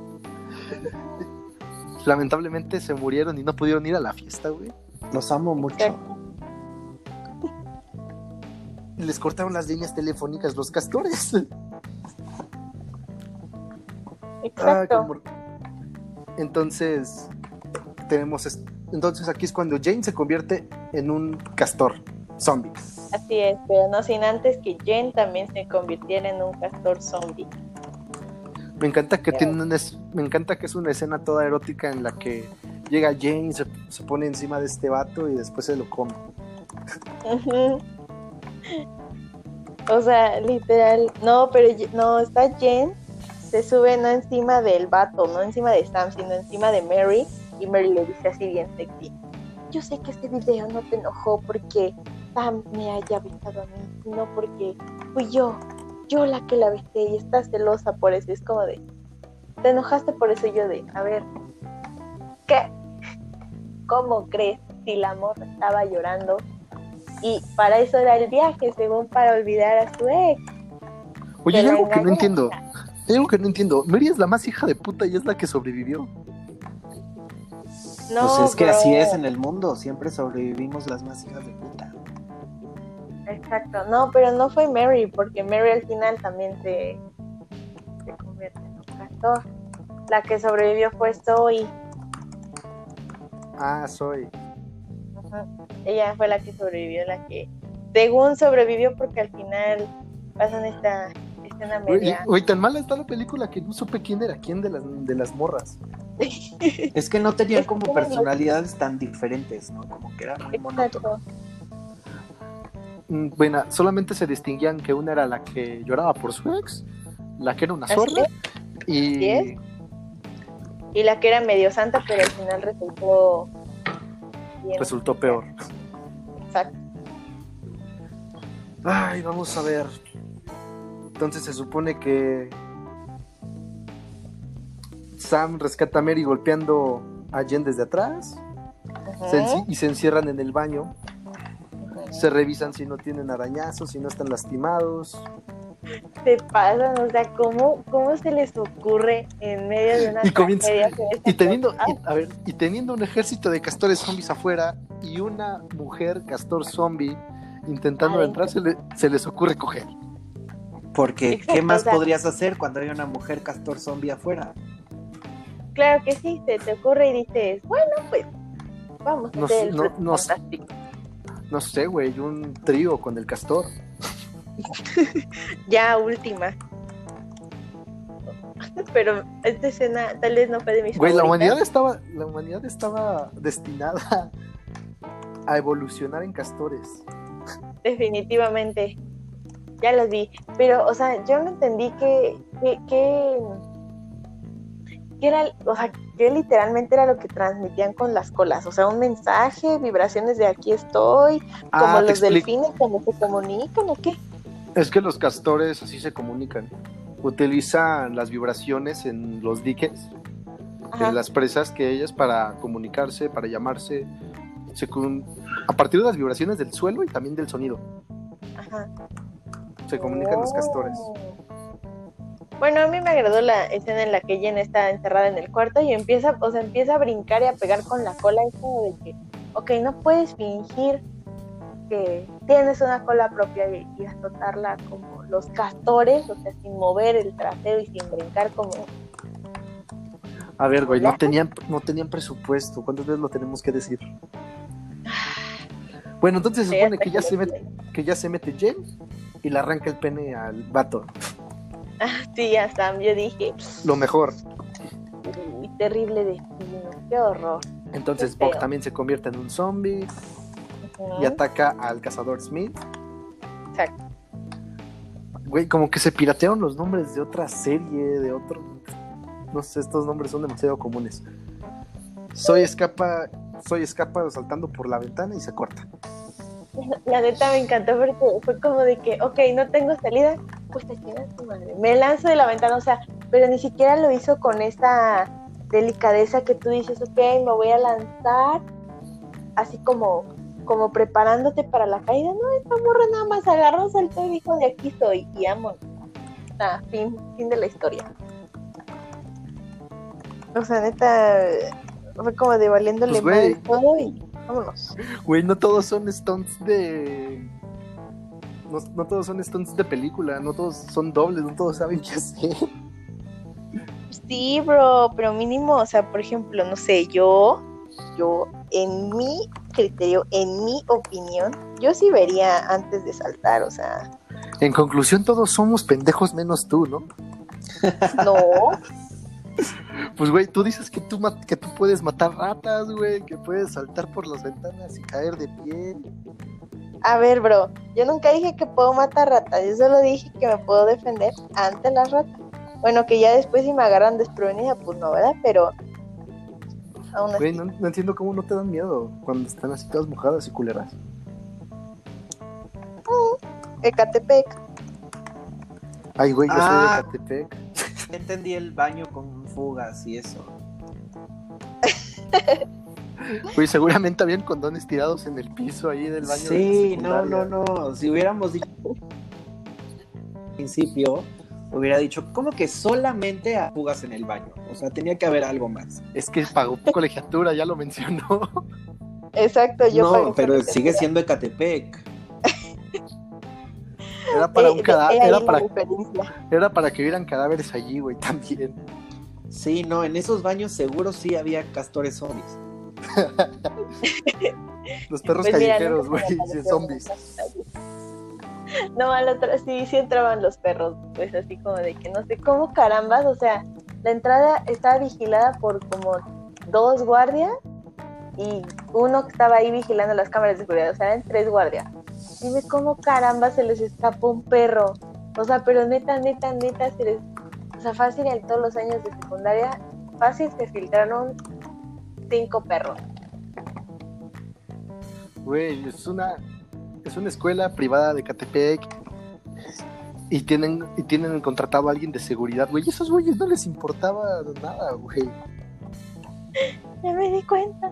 li- Lamentablemente se murieron y no pudieron ir a la fiesta, güey. Los amo mucho. Exacto. Y les cortaron las líneas telefónicas los castores. Ah, Exacto. como- Entonces, tenemos. est- Entonces, aquí es cuando Jane se convierte en un castor zombie. Así es, pero no sin antes que Jen también se convirtiera en un castor zombie. Me encanta que Pero- tiene una es- me encanta que es una escena toda erótica en la que llega Jane, se, se pone encima de este vato y después se lo come. Ujú. O sea, literal, no, pero Ye- no, está Jen, se sube no encima del vato, no encima de Sam, sino encima de Mary, y Mary le dice así bien sexy: yo sé que este video no te enojó porque Sam me haya besado a mí, sino porque fui yo, yo la que la besé y estás celosa por eso. Es como de, te enojaste por eso. Y yo de, a ver, ¿qué? ¿Cómo crees? Si la morra estaba llorando y para eso era el viaje, según para olvidar a su ex. Oye, Que hay la algo que no engañó. entiendo. Hay algo que no entiendo. Mary es la más hija de puta y es la que sobrevivió. No, Pues es que bro. así es en el mundo, siempre sobrevivimos las más hijas de puta. Exacto, no, pero no fue Mary, porque Mary al final también se, se convierte en un castor. La que sobrevivió fue Zoe. Ah, soy. Ujú. Ella fue la que sobrevivió, la que según sobrevivió, porque al final pasan esta escena Güey, media. güey, tan mala está la película que no supe quién era quién de las, de las morras. Es que no tenían Es como que- personalidades tan diferentes, ¿no? Como que era muy monótono. Exacto. Mm, Bueno, solamente se distinguían que una era la que lloraba por su ex, la que era una Así zorra es. y... Así es. Y la que era medio santa, pero al final resultó bien. resultó peor. Exacto. Ay, vamos a ver. Entonces se supone que Sam rescata a Mary golpeando a Jen desde atrás. Ujú. Se enci- y se encierran en el baño. Ujú. Se revisan si no tienen arañazos, si no están lastimados. Se pasan, o sea, ¿cómo, cómo se les ocurre en medio de una Y comienza- tragedia hacer esta Y teniendo, cosa? y- a ver, y teniendo un ejército de castores zombies afuera y una mujer castor zombie intentando Adentro. entrar, se, le- se les ocurre coger. Porque, Exacto, ¿qué más o sea- podrías hacer cuando hay una mujer castor zombie afuera? Claro que sí, se te ocurre y dices, bueno, pues vamos a No hacer sé, el no- reto no sé. fantástico. No sé, güey, un trío con el castor. Ya última. Pero esta escena tal vez no fue de mis Güey, la favoritas. humanidad estaba, la humanidad estaba destinada a evolucionar en castores. Definitivamente. Ya las vi. Pero, o sea, yo no entendí que, que, que, que era, o sea, que literalmente era lo que transmitían con las colas. O sea, un mensaje, vibraciones de aquí estoy, como Ah, te los explico. delfines cuando se comunican o qué. Es que los castores así se comunican. Utilizan las vibraciones en los diques, Ajá. en las presas que ellas para comunicarse, para llamarse. Se con- a partir de las vibraciones del suelo y también del sonido, Ajá. se comunican los castores. Oh. Bueno, a mí me agradó la escena en la que Jen está encerrada en el cuarto y empieza, o sea, empieza a brincar y a pegar con la cola. Es como de que, ok, no puedes fingir que tienes una cola propia y, y azotarla como los castores, o sea, sin mover el trasero y sin brincar como... A ver, güey, no ¿Hola? tenían, no tenían presupuesto. ¿Cuántas veces lo tenemos que decir? Bueno, entonces se Sí, supone hasta que ya que se lo mete, que ya se mete Jen y le arranca el pene al vato. Ah, sí, ya Sam, yo dije, Lo mejor. uy, terrible destino, qué horror. Entonces Qué Buck feo. también se convierte en un zombie. y ataca al cazador Smith. Exacto. Güey, como que se piratearon los nombres de otra serie, de otro... No sé, estos nombres son demasiado comunes. Soy escapa, soy escapa saltando por la ventana y se corta. La neta me encantó porque fue como de que, ok, no tengo salida, pues te chingas tu madre. Me lanzo de la ventana, o sea, pero ni siquiera lo hizo con esta delicadeza que tú dices, ok, me voy a lanzar, así como, como preparándote para la caída. No, esta morra nada más agarró, saltó y dijo, de aquí soy, y amo. Nada, fin, fin de la historia. O sea, neta, fue como de valiéndole Pues, madre güey. todo y vámonos. Güey, no todos son stunts de... No, no todos son stunts de película, no todos son dobles, no todos saben qué hacer. Sí, bro, pero mínimo, o sea, por ejemplo, no sé, yo, yo, en mi criterio, en mi opinión, yo sí vería antes de saltar, o sea, En conclusión, todos somos pendejos menos tú, ¿no? no, Pues, güey, tú dices que tú, ma- que tú puedes matar ratas, güey, que puedes saltar por las ventanas y caer de pie. a ver, bro, yo nunca dije que puedo matar ratas, yo solo dije que me puedo defender ante las ratas. Bueno, que ya después si me agarran desprevenida, pues no, ¿verdad? Pero aún así, Güey, no, no entiendo cómo no te dan miedo cuando están así todas mojadas y culeras. Ecatepec. Ay, güey, yo Ah. soy de Catepec. Entendí el baño con fugas y eso. Güey, seguramente habían condones tirados en el piso ahí del baño. Sí, de no, la no, secundaria. no. Si hubiéramos dicho al principio, hubiera dicho, ¿cómo que solamente a fugas en el baño? O sea, tenía que haber algo más. Es que pagó colegiatura, ya lo mencionó. Exacto, yo No, pagué pero colegiatura. sigue siendo Ecatepec. Era para Eh, un de- cadáver, he ahí era la para, diferencia. era para que hubieran cadáveres allí, güey, también. Sí, no, en esos baños seguro sí había castores zombies. Los perros Pues mira, callejeros, nunca güey, me y pareció zombies. No, al otro, sí, sí entraban los perros, pues así como de que no sé cómo carambas, o sea, la entrada estaba vigilada por como dos guardias y uno que estaba ahí vigilando las cámaras de seguridad, o sea, eran tres guardias. Dime cómo caramba se les escapó un perro, o sea, pero neta, neta, neta, se les, o sea, fácil en todos los años de secundaria, fácil se filtraron cinco perros. Güey, es una, es una escuela privada de Catepec y tienen, y tienen contratado a alguien de seguridad, güey. Y esos güeyes no les importaba nada, güey. Ya me di cuenta.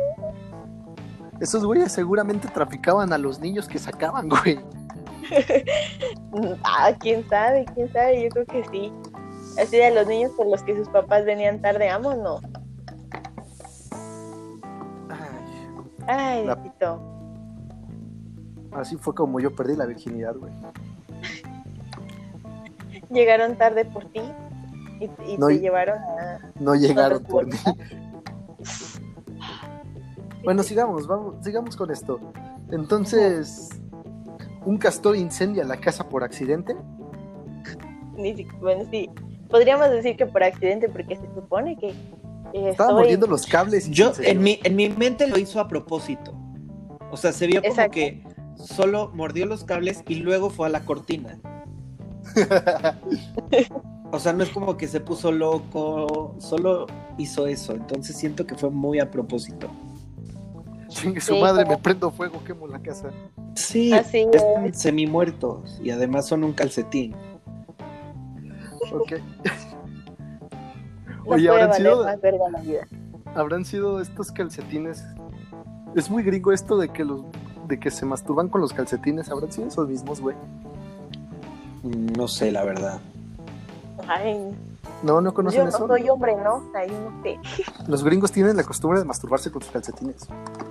Esos güeyes seguramente traficaban a los niños que sacaban, güey. Ah, quién sabe, quién sabe, yo creo que sí. Así de los niños por los que sus papás venían tarde, vámonos. Ay, Ay, La- Diosito. así fue como yo perdí la virginidad, güey. Llegaron tarde por ti y, y No, te y- llevaron a... No llegaron ¿No te por mí. Bueno, sigamos, vamos, sigamos con esto. Entonces, ¿un castor incendia la casa por accidente? Ni si- bueno, sí. Podríamos decir que por accidente, porque se supone que eh, Estaba estoy... mordiendo los cables y Yo, se incendió. en mi, en mi mente lo hizo a propósito. O sea, se vio como Exacto. que solo mordió los cables y luego fue a la cortina. O sea, no es como que se puso loco, solo hizo eso. Entonces siento que fue muy a propósito. Chingue su Sí, madre, como- me prendo fuego, quemo la casa. Sí, Así están es. semi muertos y además son un calcetín. Ok. No Oye, puede habrán valer sido, más verga la vida. habrán sido estos calcetines. Es muy gringo esto de que los, de que se masturban con los calcetines. ¿Habrán sido esos mismos, güey? No sé, la verdad. Ay, No, no conocen yo no eso. soy hombre, ¿no? Ahí no sé. Los gringos tienen la costumbre de masturbarse con sus calcetines.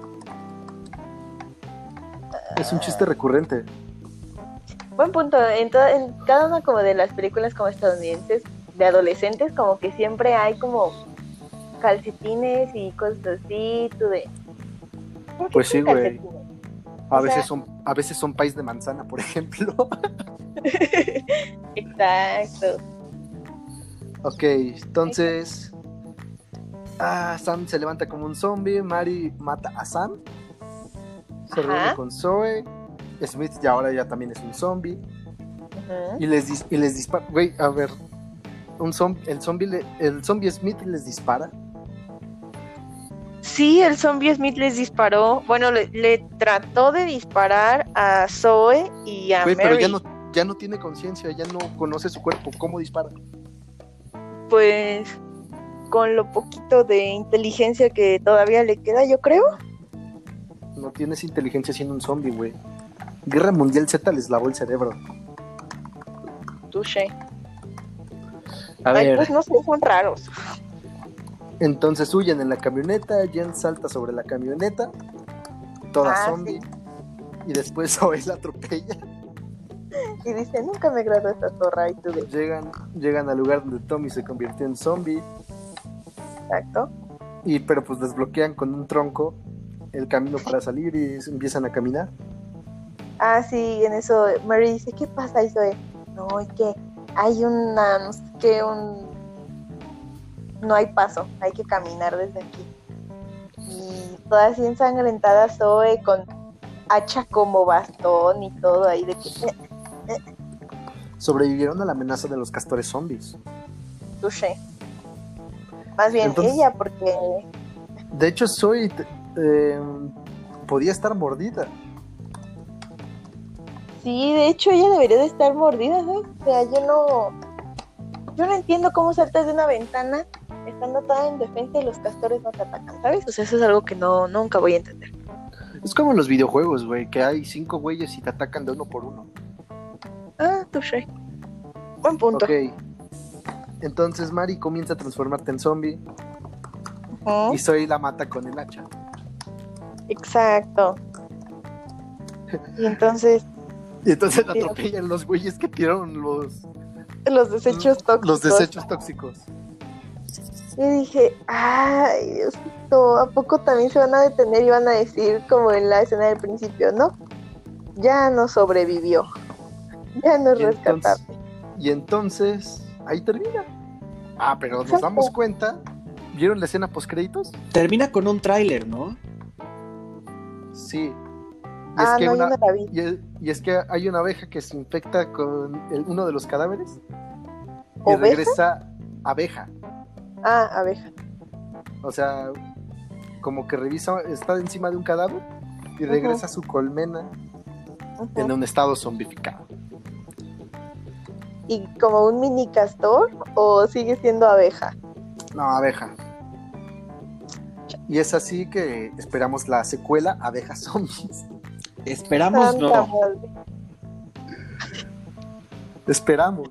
Es un chiste recurrente. Buen punto. En, to- en cada una como de las películas como estadounidenses de adolescentes, como que siempre hay como calcetines y cosas así, tú de... ¿por qué Pues sí, son güey. calcetines? A O veces sea- son, a veces son país de manzana, por ejemplo. Exacto. Ok, entonces. Ah, Sam se levanta como un zombie. Mari mata a Sam. se Ajá. reúne con Zoe. Smith ya ahora ya también es un zombie. Ujú. Y les, dis- y les dispara. Güey, a ver. Un zom- el, zombie le- el zombie Smith les dispara. Sí, el zombie Smith les disparó. Bueno, le, le trató de disparar a Zoe y a Güey, pero Mary. ya no, ya no tiene conciencia, ya no conoce su cuerpo. ¿Cómo dispara? Pues con lo poquito de inteligencia que todavía le queda, yo creo. No tienes inteligencia siendo un zombie, güey. Guerra Mundial Z les lavó el cerebro. Touché. A Ay, ver, pues no sé, son raros. Entonces huyen en la camioneta. Jen salta sobre la camioneta. Toda Ah, zombie. Y después Zoe la atropella. Y dice, nunca me agradó esta zorra. Y tú de, Llegan, llegan al lugar donde Tommy se convirtió en zombie. exacto. Y pero pues desbloquean con un tronco el camino para salir y empiezan a caminar. Ah, sí, en eso Mary dice, ¿qué pasa? Y Zoe, no, es que hay una, no sé qué, un... No hay paso, hay que caminar desde aquí. Y toda así ensangrentada Zoe con hacha como bastón y todo ahí de que... Sobrevivieron a la amenaza de los castores zombies. Touché. Más bien Entonces- ella, porque... De hecho, Zoe eh, podía estar mordida. Sí, de hecho ella debería de estar mordida, ¿sabes? O sea, yo no... Yo no entiendo cómo saltas de una ventana estando toda en defensa y los castores no te atacan, ¿sabes? O sea, eso es algo que no nunca voy a entender. Es como en los videojuegos, güey, que hay cinco güeyes y te atacan de uno por uno. Ah, touché. Buen punto. Ok. Entonces Mari comienza a transformarte en zombie Ujú. y Zoe la mata con el hacha. Exacto. Y entonces Y entonces la Sí. atropellan los güeyes que tiraron los, los desechos tóxicos. los desechos tóxicos. Y dije, ay, Diosito, ¿a poco también se van a detener y van a decir, como en la escena del principio, no? Ya no sobrevivió. Ya no es Y entonces, rescatable. y entonces ahí termina. Ah, pero nos Exacto. damos cuenta. ¿Vieron la escena post créditos? termina con un tráiler, ¿no? Sí. Y Ah, es que no, una, yo no la vi. y, es, y es que hay una abeja que se infecta con el- uno de los cadáveres y ¿Oveja? regresa abeja. Ah, abeja. O sea, como que revisa, está encima de un cadáver y regresa a su colmena Ujú. en un estado zombificado. ¿Y como un mini castor o sigue siendo abeja? No, abeja. Y es así que esperamos la secuela Abejas Zombies. Esperamos Santa no. madre. Esperamos.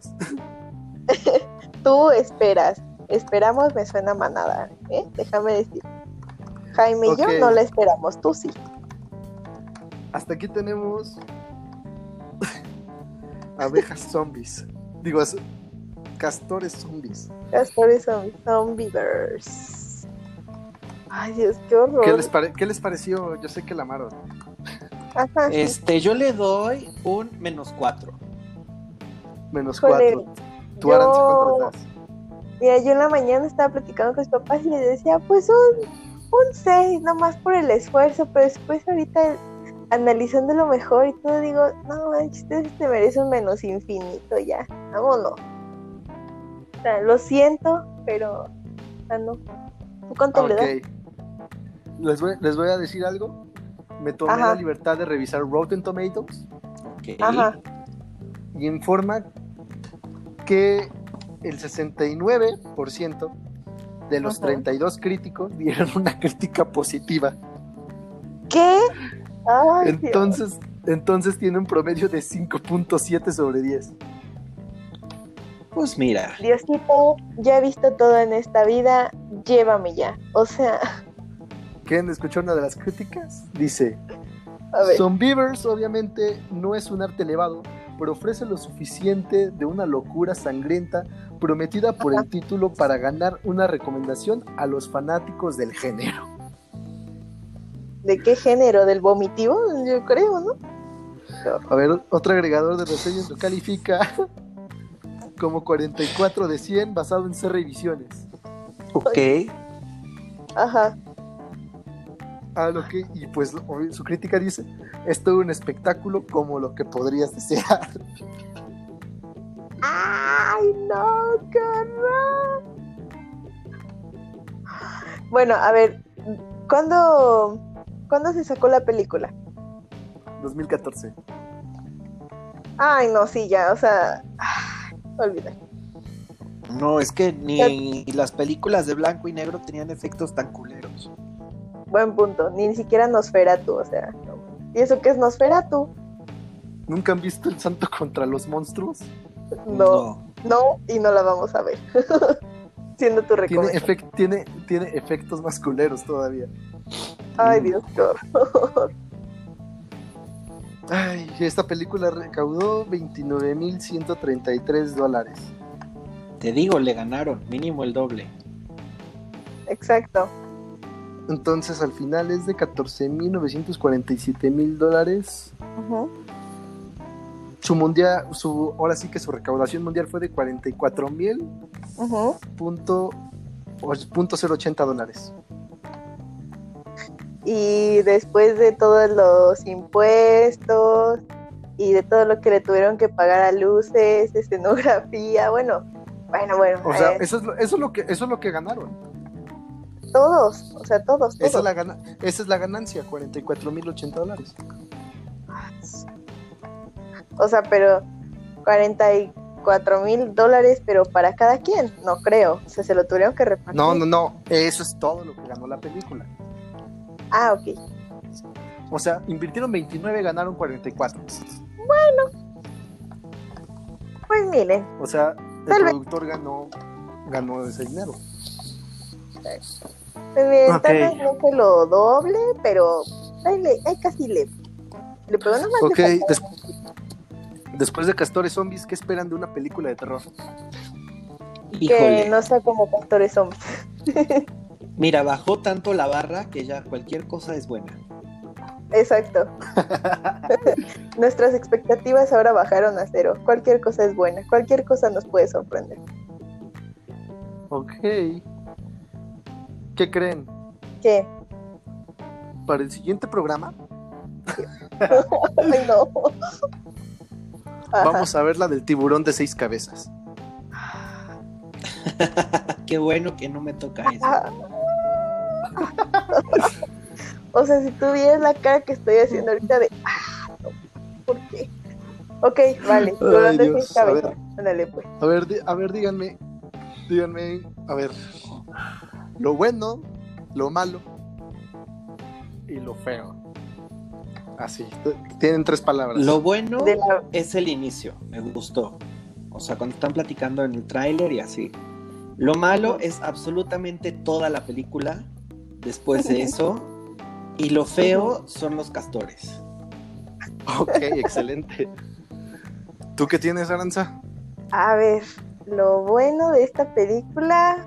Tú esperas. Esperamos me suena manada, ¿eh? Déjame decir. Jaime y Ok. yo no la esperamos, tú sí. Hasta aquí tenemos Abejas Zombies. Digo, es- Castores Zombies. Castores son zombievers. Ay, Dios, qué horror. ¿Qué les, pare- ¿Qué les pareció? Yo sé que la amaron. Ajá, sí. Este, yo le doy un menos cuatro. Menos Híjole, cuatro. ¿Tú, yo- Aranza, cuánto le das? Mira, yo en la mañana estaba platicando con mis papás y les decía, pues un, un seis, nomás por el esfuerzo, pero después ahorita analizándolo mejor y todo digo, no manches, ustedes te merecen un menos infinito ya, vámonos. O sea, lo siento, pero, ah, no. ¿Tú cuánto le das? Ok. Les voy, les voy a decir algo. Me tomé Ajá. la libertad de revisar Rotten Tomatoes Ok. Ajá. y informa que el sesenta y nueve por ciento de los Ajá. treinta y dos críticos dieron una crítica positiva. ¿Qué? Ay, Dios. Entonces, entonces tiene un promedio de cinco punto siete sobre diez. Pues mira, Diosito, ya he visto todo en esta vida, llévame ya. O sea, ¿Quieren escuchar una de las críticas? Dice: a ver. Zombievers obviamente no es un arte elevado, pero ofrece lo suficiente de una locura sangrienta prometida por el título para ganar una recomendación a los fanáticos del género. ¿De qué género? ¿Del vomitivo? Yo creo, ¿no? A ver, otro agregador de reseñas lo califica como cuarenta y cuatro de cien basado en C revisiones. ok. Ajá. A lo que, y pues su crítica dice, es todo un espectáculo como lo que podrías desear. ¡Ay, no! ¡Qué horror! Bueno, a ver, ¿cuándo, ¿cuándo se sacó la película? dos mil catorce. Ay, no, sí, ya, o sea, ay, olvidé. No, es que ni las películas de blanco y negro tenían efectos tan culeros. Buen punto, ni siquiera Nosferatu, o sea, no. ¿Y eso qué es Nosferatu? ¿Nunca han visto El Santo contra los monstruos? No, No. no, y no la vamos a ver. Siendo tu Tiene, recomendación. efect, tiene, tiene efectos más culeros todavía. Ay, Dios, qué horror. Ay, esta película recaudó veintinueve mil ciento treinta y tres dólares. Te digo, le ganaron, mínimo el doble. Exacto. Entonces al final es de catorce mil novecientos cuarenta y siete mil dólares. Uh-huh. Su mundial, su, ahora sí que su recaudación mundial fue de cuarenta y cuatro mil Uh-huh. punto, punto cero ochenta dólares. Y después de todos los impuestos y de todo lo que le tuvieron que pagar a luces, escenografía, bueno, bueno, bueno. O sea, eh, eso es lo, eso es lo que, eso es lo que ganaron. todos, o sea, todos, todos. Esa es la gana, esa es la ganancia, cuarenta y cuatro mil ochenta dólares. O sea, pero cuarenta y cuatro mil dólares, pero para cada quien, no creo. O sea, se lo tuvieron que repartir. No, no, no, eso es todo lo que ganó la película. Ah, ok. O sea, invirtieron veintinueve, ganaron cuarenta y cuatro. Pues miren, O sea, el Tal vez. productor ganó, ganó ese dinero. pues miren, Ok. tal vez no fue lo doble, pero ahí, le, ahí casi le, le pegó nomás. Ok, le faltó. des- después de Castores Zombies, ¿qué esperan de una película de terror? Que Híjole. no sea como Pastores Zombies. Mira, bajó tanto la barra que ya cualquier cosa es buena. Exacto. Nuestras expectativas ahora bajaron a cero. Cualquier cosa es buena, cualquier cosa nos puede sorprender. Ok. ¿Qué creen? ¿Qué? Para el siguiente programa Ay, no. Ajá. vamos a ver la del tiburón de seis cabezas. Qué bueno que no me toca eso. Ah. O sea, si tú vieras la cara que estoy haciendo ahorita de ah, no, ¿por qué? Ok, vale, tiburón de Dios, seis a cabezas. ver. Ándale, pues. A ver, di- a ver, díganme, díganme, a ver, lo bueno, lo malo y lo feo. Así, t- tienen tres palabras. Lo bueno De la- es el inicio, me gustó. O sea, cuando están platicando en el tráiler y así. Lo malo es absolutamente toda la película después de eso. Y lo feo son los castores. Ok, excelente. ¿Tú qué tienes, Aranza? A ver, lo bueno de esta película.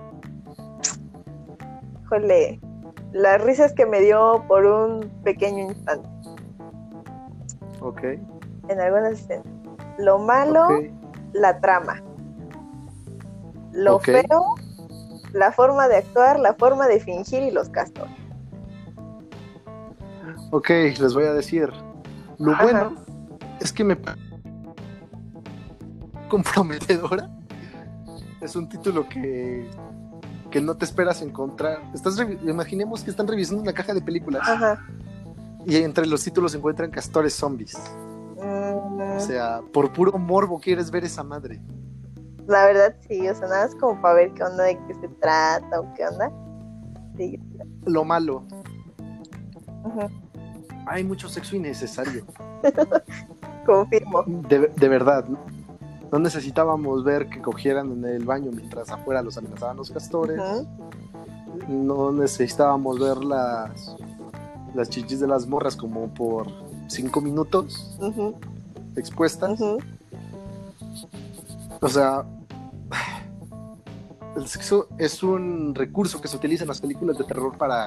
Jole, las risas que me dio por un pequeño instante Ok. en algunas escenas. Lo malo, Ok. la trama. Lo Ok. feo, la forma de actuar, la forma de fingir y los castores. Ok, les voy a decir. Lo Ajá. bueno es que me pa- comprometedora. Es un título que, que no te esperas encontrar. Estás revi- imaginemos que están revisando una caja de películas Ajá. y entre los títulos se encuentran Castores Zombies. Mm, O sea, por puro morbo quieres ver esa madre. la verdad sí, o sea, nada es como para ver qué onda, de qué se trata o qué onda. Sí. Lo malo, Ujú. hay mucho sexo innecesario. Confirmo. De, de verdad, no necesitábamos ver que cogieran en el baño mientras afuera los amenazaban los castores. Ujú. No necesitábamos ver las, las chichis de las morras como por cinco minutos Ujú. expuestas. Ujú. O sea, el sexo es un recurso que se utiliza en las películas de terror para,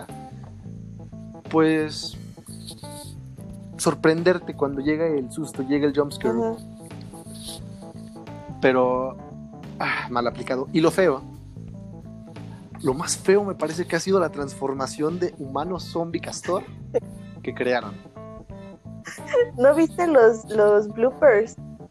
pues, sorprenderte cuando llega el susto, llega el jumpscare. Ujú. Pero ah, mal aplicado. Y lo feo lo más feo me parece que ha sido la transformación de humano zombie castor que crearon. ¿No viste los, los bloopers?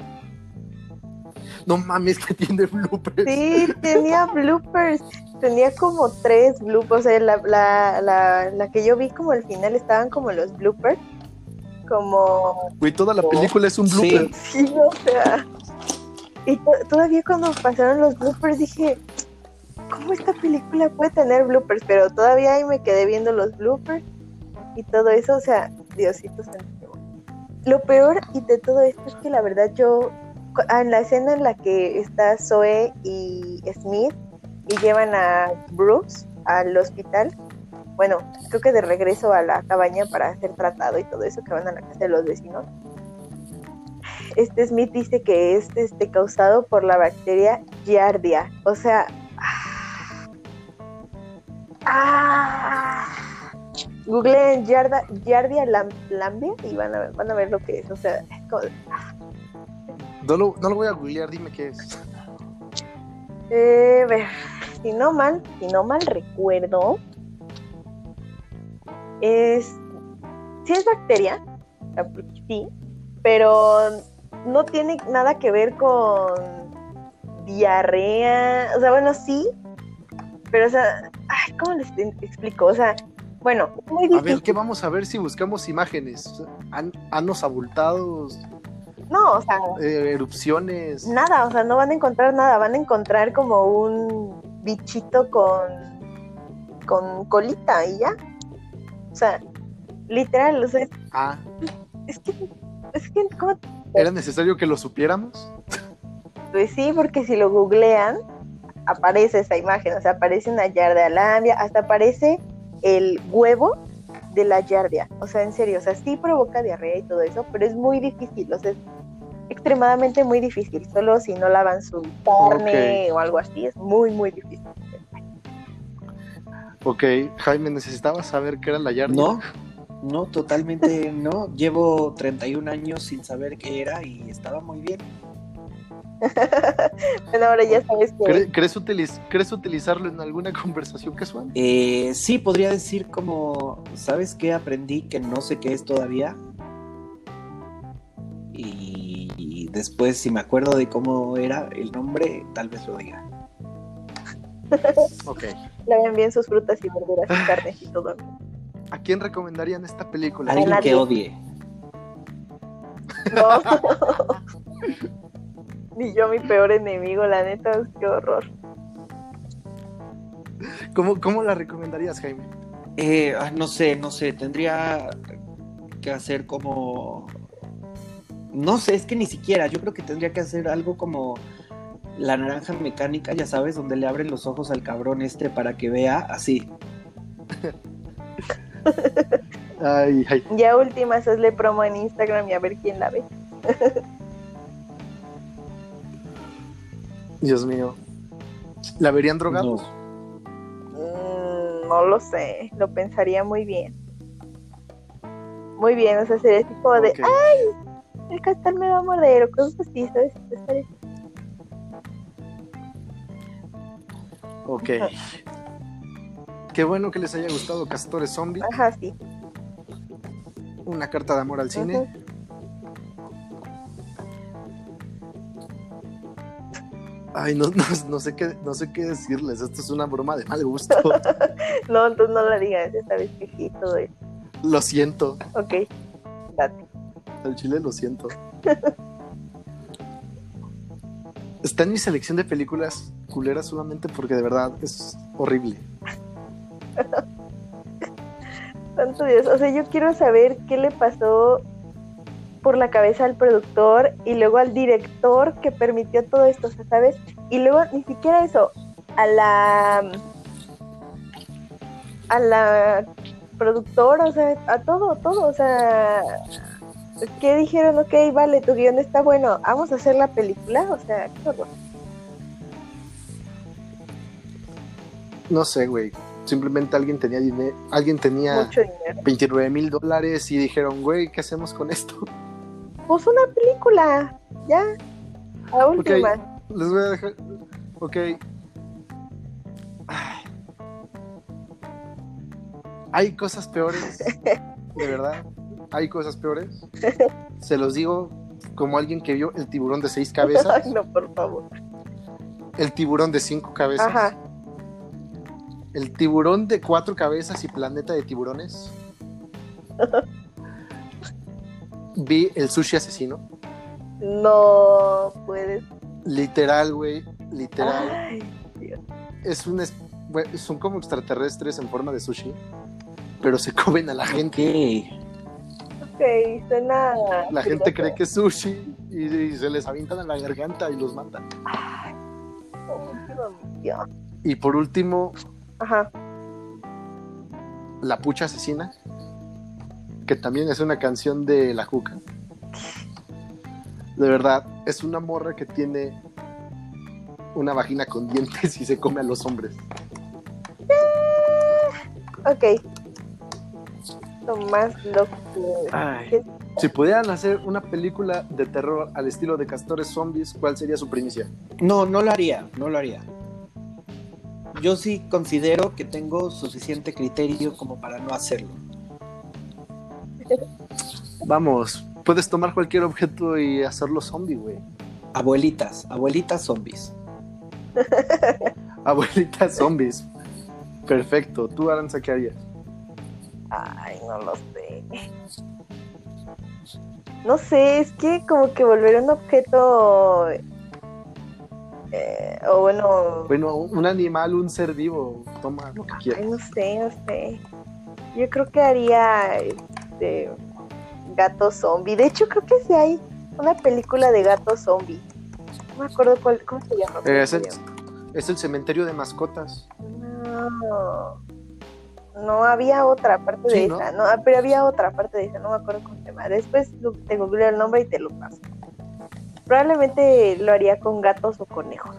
No mames, que tiene bloopers. Sí, tenía bloopers. Tenía como tres bloopers. O sea, la, la, la, la que yo vi como al final estaban como los bloopers. Como... Güey, toda la película es un blooper. Sí, sí, o sea... Y to- todavía cuando pasaron los bloopers dije... ¿Cómo esta película puede tener bloopers? Pero todavía ahí me quedé viendo los bloopers y todo eso, o sea, Diosito santísimo. Lo peor y de todo esto es que la verdad yo, en la escena en la que está Zoe y Smith y llevan a Bruce al hospital, bueno, creo que de regreso a la cabaña para ser tratado y todo eso, que van a la casa de los vecinos, este Smith dice que es este, causado por la bacteria Giardia, o sea... Ah, googleen Yarda, Yardia lam, Lambia y van a, ver, van a ver lo que es. O sea, es como... no, lo, no lo voy a googlear, dime qué es. Eh, ver, si no mal, si no mal recuerdo, es sí es bacteria, sí, pero no tiene nada que ver con diarrea. O sea, bueno, sí, pero o sea, ay, ¿cómo les explico? O sea, bueno, muy difícil. A ver, ¿qué vamos a ver si buscamos imágenes? An- anos abultados, no, o sea, eh, erupciones. nada, o sea, no van a encontrar nada, van a encontrar como un bichito con con colita y ya. O sea, literal, o sea, Ah, es que es que ¿cómo? ¿era necesario que lo supiéramos? Pues sí, porque si lo googlean aparece esa imagen, o sea, aparece una Yardia lambia, hasta aparece el huevo de la Yardia, o sea, en serio, o sea, sí provoca diarrea y todo eso, pero es muy difícil, o sea, es extremadamente muy difícil, solo si no lavan su carne okay. o algo así, es muy, muy difícil. Ok, Jaime, ¿necesitabas saber qué era la Yardia? No, no, totalmente no, llevo treinta y un años sin saber qué era y estaba muy bien. Bueno, ahora ya sabes que... ¿Cre- ¿crees, utiliz- ¿Crees utilizarlo en alguna conversación casual? Eh, sí, podría decir como, ¿sabes qué aprendí que no sé qué es todavía? Y, y después, si me acuerdo de cómo era el nombre, tal vez lo diga. Ok. Le ven bien sus frutas y verduras y carnes y todo. ¿A quién recomendarían esta película? Alguien nadie. que odie. No. Ni yo, mi peor enemigo, la neta, qué horror. ¿Cómo, cómo la recomendarías, Jaime? Eh, no sé, no sé, tendría que hacer como... No sé, es que ni siquiera, yo creo que tendría que hacer algo como La Naranja Mecánica, ya sabes, donde le abren los ojos al cabrón este para que vea así. Ay, ay. Ya últimas, hazle promo en Instagram y a ver quién la ve. Dios mío. ¿La verían drogados? No. Mm, no lo sé, lo pensaría muy bien. Muy bien, o sea, sería así como de, okay. ¡ay! El castor me va a morder, o cosas así, ¿sabes? Estaría... Ok. Qué bueno que les haya gustado Castores Zombie. Ajá, sí. Una carta de amor al cine. Uh-huh. Ay, no, no, no sé qué, no sé qué decirles. Esto es una broma de mal gusto. No, entonces no la digas, ya sabes que sí, todo eso. Lo siento. Ok, date. El chile lo siento. Está en mi selección de películas culeras solamente porque de verdad es horrible. Santo Dios, o sea, yo quiero saber qué le pasó por la cabeza al productor y luego al director que permitió todo esto, o sea, ¿sabes? Y luego ni siquiera eso, a la a la productora, o sea, a todo, todo, o sea, ¿qué dijeron? Ok, vale, tu guión está bueno, vamos a hacer la película, o sea, qué horror. No sé, güey. Simplemente alguien tenía dinero, alguien tenía mucho dinero. veintinueve mil dólares y dijeron, güey, ¿qué hacemos con esto? Pues una película, ya, la última. Okay, les voy a dejar, ok. Hay cosas peores, de verdad, hay cosas peores. Se los digo como alguien que vio el tiburón de seis cabezas. Ay, no, por favor. El tiburón de cinco cabezas. Ajá. El tiburón de cuatro cabezas y planeta de tiburones. Vi el sushi asesino. No puedes. Literal, güey. Literal. Ay, Dios. Es un es, güey, son como extraterrestres en forma de sushi, pero se comen a la gente. Ok, suena. La gente cree que es sushi y, y se les avientan a la garganta y los matan. Ay, oh, qué bonito. Y por último, Ajá. La Pucha Asesina, que también es una canción de La Juca. De verdad, es una morra que tiene una vagina con dientes y se come a los hombres. Ok. Lo más loco. Ay. Si pudieran hacer una película de terror al estilo de Castores Zombies, ¿cuál sería su primicia? No, no lo haría, no lo haría. Yo sí considero que tengo suficiente criterio como para no hacerlo. Vamos, puedes tomar cualquier objeto y hacerlo zombie, güey. Abuelitas, abuelitas zombies. Abuelitas zombies. Perfecto. ¿Tú, Aranza, qué harías? Ay, no lo sé. No sé, es que como que volver un objeto. Eh, o bueno. Bueno, un animal, un ser vivo, toma lo que quieras. Ay, no sé, no sé. Yo creo que haría este gato zombie. De hecho, creo que sí hay una película de gato zombie. No me acuerdo cuál, cómo se llama. Eh, es, el, es el cementerio de mascotas. No, no había otra aparte Sí, de ¿no? esa, no, pero había otra aparte de esa, no me acuerdo cómo se llama. Después te googleo el nombre y te lo paso. Probablemente lo haría con gatos o conejos.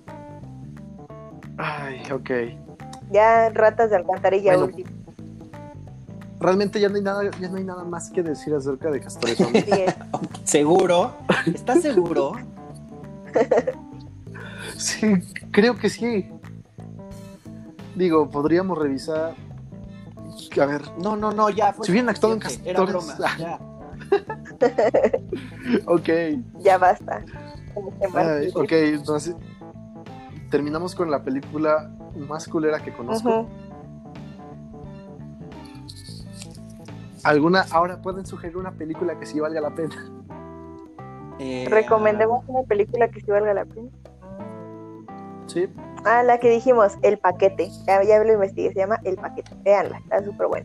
Ay, ok. Ya ratas de alcantarilla Bueno, último. Realmente ya no hay nada, ya no hay nada más que decir acerca de Castores Zombies. Sí, es. ¿Seguro? ¿Estás seguro? Sí, creo que sí. Digo, podríamos revisar. A ver, No, no, no, ya fue. Si hubieran actuado en suficiente. Era Castores- broma, ya. ok. Ya basta. Como que Ay, martires. ok, entonces terminamos con la película más culera que conozco. Ujú. ¿Alguna? Ahora pueden sugerir una película que sí valga la pena. Eh, Recomendemos una película que sí valga la pena. Sí. Ah, la que dijimos, El Paquete. Ya, ya lo investigué, se llama El Paquete. Véanla, está súper buena.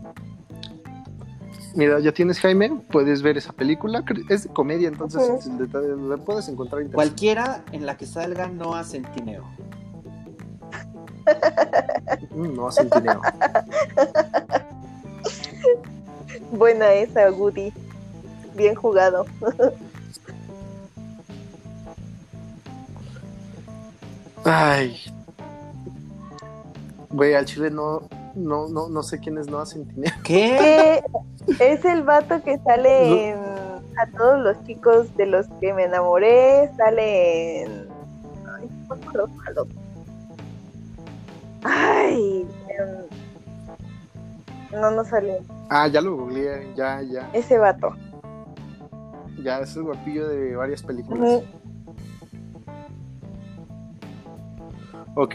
Mira, ya tienes, Jaime, puedes ver esa película. Es de comedia, entonces Ujú. le- le- la puedes encontrar interesante. Cualquiera en la que salga Noah Centineo. Mm, no, Centineo. Buena esa, Woody. Bien jugado. Ay. Güey, al chile no, no, no, no sé quién es Noah Centineo. ¿Qué? Que es el vato que sale en A Todos los Chicos de los que me enamoré. Sale en. Ay, no me acuerdo cuál otro. Ay. em, No, no sale. Ah, ya lo googleé, ya, ya. Ese vato. Ya es el guapillo de varias películas. Ujú. Ok,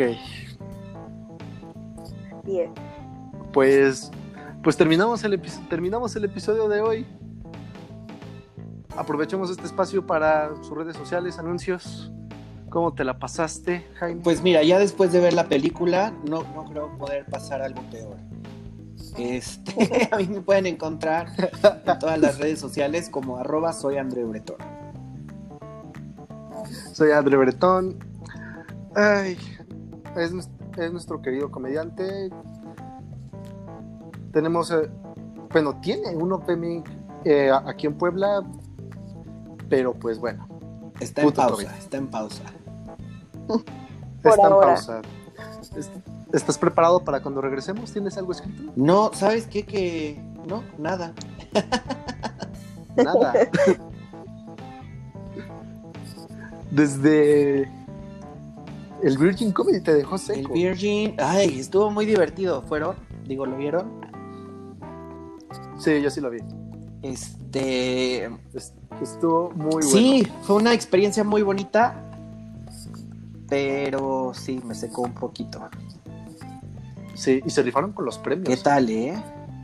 Así es. pues, pues terminamos el, epi- terminamos el episodio de hoy. Aprovechemos este espacio para sus redes sociales, anuncios. ¿Cómo te la pasaste, Jaime? Pues mira, ya después de ver la película, no, no creo poder pasar algo peor. Este, a mí me pueden encontrar en todas las redes sociales como arroba soy André Bretón. Soy André Bretón. Ay, es, nues- es nuestro querido comediante. Tenemos, eh, bueno, tiene un Open Mic eh, aquí en Puebla, pero pues bueno, Está en Puto pausa, Toby. está en pausa. Por está en ahora. pausa. Es- ¿Estás preparado para cuando regresemos? ¿Tienes algo escrito? No, ¿sabes qué? Que no, nada. Nada. Desde el Virgin Comedy te dejó El seco. Virgin, ay, estuvo muy divertido. Fueron Digo, ¿lo vieron? Sí, yo sí lo vi. Este... Es- Estuvo muy bueno. Sí, fue una experiencia muy bonita, pero sí, me secó un poquito. Sí, y se rifaron con los premios. ¿Qué tal, eh?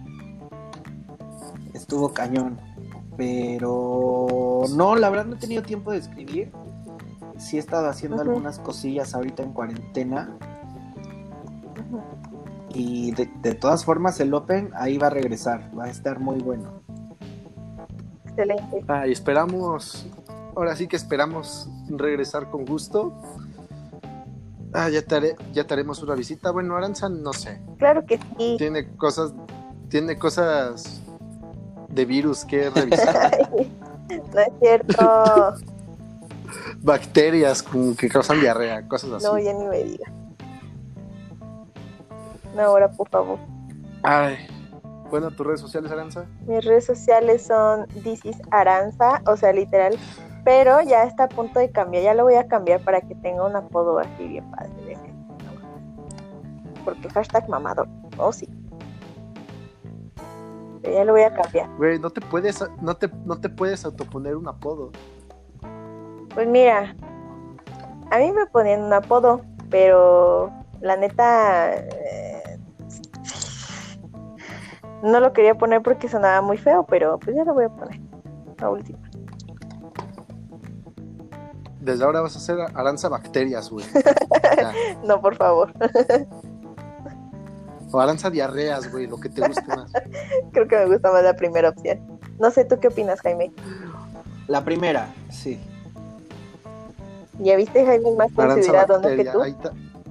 Estuvo cañón. Pero no, la verdad no he tenido tiempo de escribir. Sí he estado haciendo Ujú. algunas cosillas ahorita en cuarentena. Ujú. Y de, de todas formas el Open ahí va a regresar. Va a estar muy bueno. Excelente. Ah, y esperamos, ahora sí que esperamos regresar con gusto. Ah, ya te haré, ya te haremos una visita. Bueno, Aranza, no sé. Claro que sí. Tiene cosas, tiene cosas de virus que revisar. No es cierto. Bacterias como que causan diarrea, cosas así. No, ya ni me digas. No, ahora, por favor. Ay, bueno, tus redes sociales, Aranza. Mis redes sociales son This is Aranza, o sea, literal. Pero ya está a punto de cambiar. Ya lo voy a cambiar para que tenga un apodo así bien padre. de- Porque hashtag mamador. Oh, sí. Pero ya lo voy a cambiar. Güey, no te puedes, no te, no te puedes autoponer un apodo. Pues mira, a mí me ponían un apodo, pero la neta eh, no lo quería poner porque sonaba muy feo, pero pues ya lo voy a poner. La última. Desde ahora vas a hacer Aranza Bacterias, güey. Ya. No, por favor. O Aranza Diarreas, güey, lo que te guste más. Creo que me gusta más la primera opción. No sé, ¿tú qué opinas, Jaime? La primera, sí. ¿Ya viste, Jaime, más Aranza considerado no que Bacteria, tú? ahí está.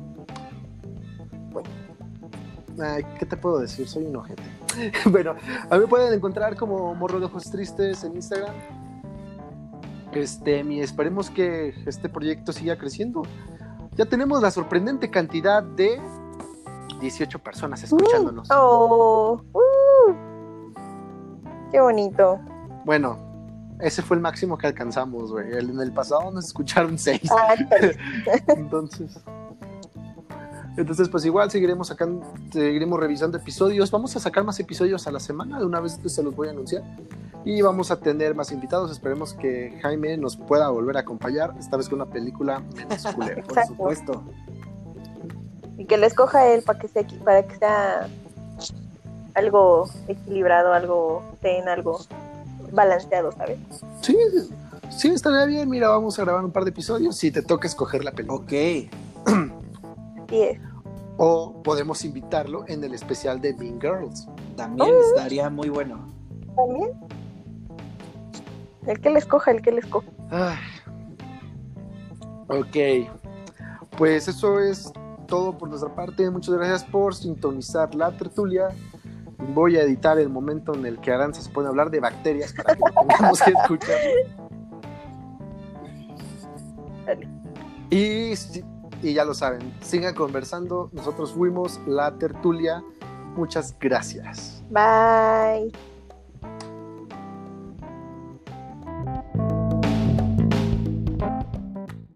Ay, ¿qué te puedo decir? Soy un ojete. Bueno, a mí me pueden encontrar como Morro de Ojos Tristes en Instagram. Este, mi, esperemos que este proyecto siga creciendo. Ya tenemos la sorprendente cantidad de dieciocho personas escuchándonos. Oh, uh, qué bonito. Bueno, ese fue el máximo que alcanzamos, güey. El- En el pasado nos escucharon seis. Ah, chale. Entonces, entonces pues igual seguiremos sacando, seguiremos revisando episodios. Vamos a sacar más episodios a la semana. De una vez se los voy a anunciar. Y vamos a tener más invitados. Esperemos que Jaime nos pueda volver a acompañar. Esta vez con una película menos culera. Por Exacto. supuesto. Y que lo escoja él para que sea aquí- para que sea algo equilibrado, algo en algo balanceado, ¿sabes? Sí, sí, estaría bien. Mira, vamos a grabar un par de episodios. Si te toca escoger la película. Ok. Así es. O podemos invitarlo en el especial de Mean Girls. También estaría muy bueno. También. El que le escoja, el que le escoja. Ay. Ok. Pues eso es todo por nuestra parte. Muchas gracias por sintonizar la tertulia. Voy a editar el momento en el que Aranza se pone a hablar de bacterias para que no tengamos que escuchar. Dale. Y, si- y ya lo saben, sigan conversando. Nosotros fuimos la tertulia. Muchas gracias. Bye.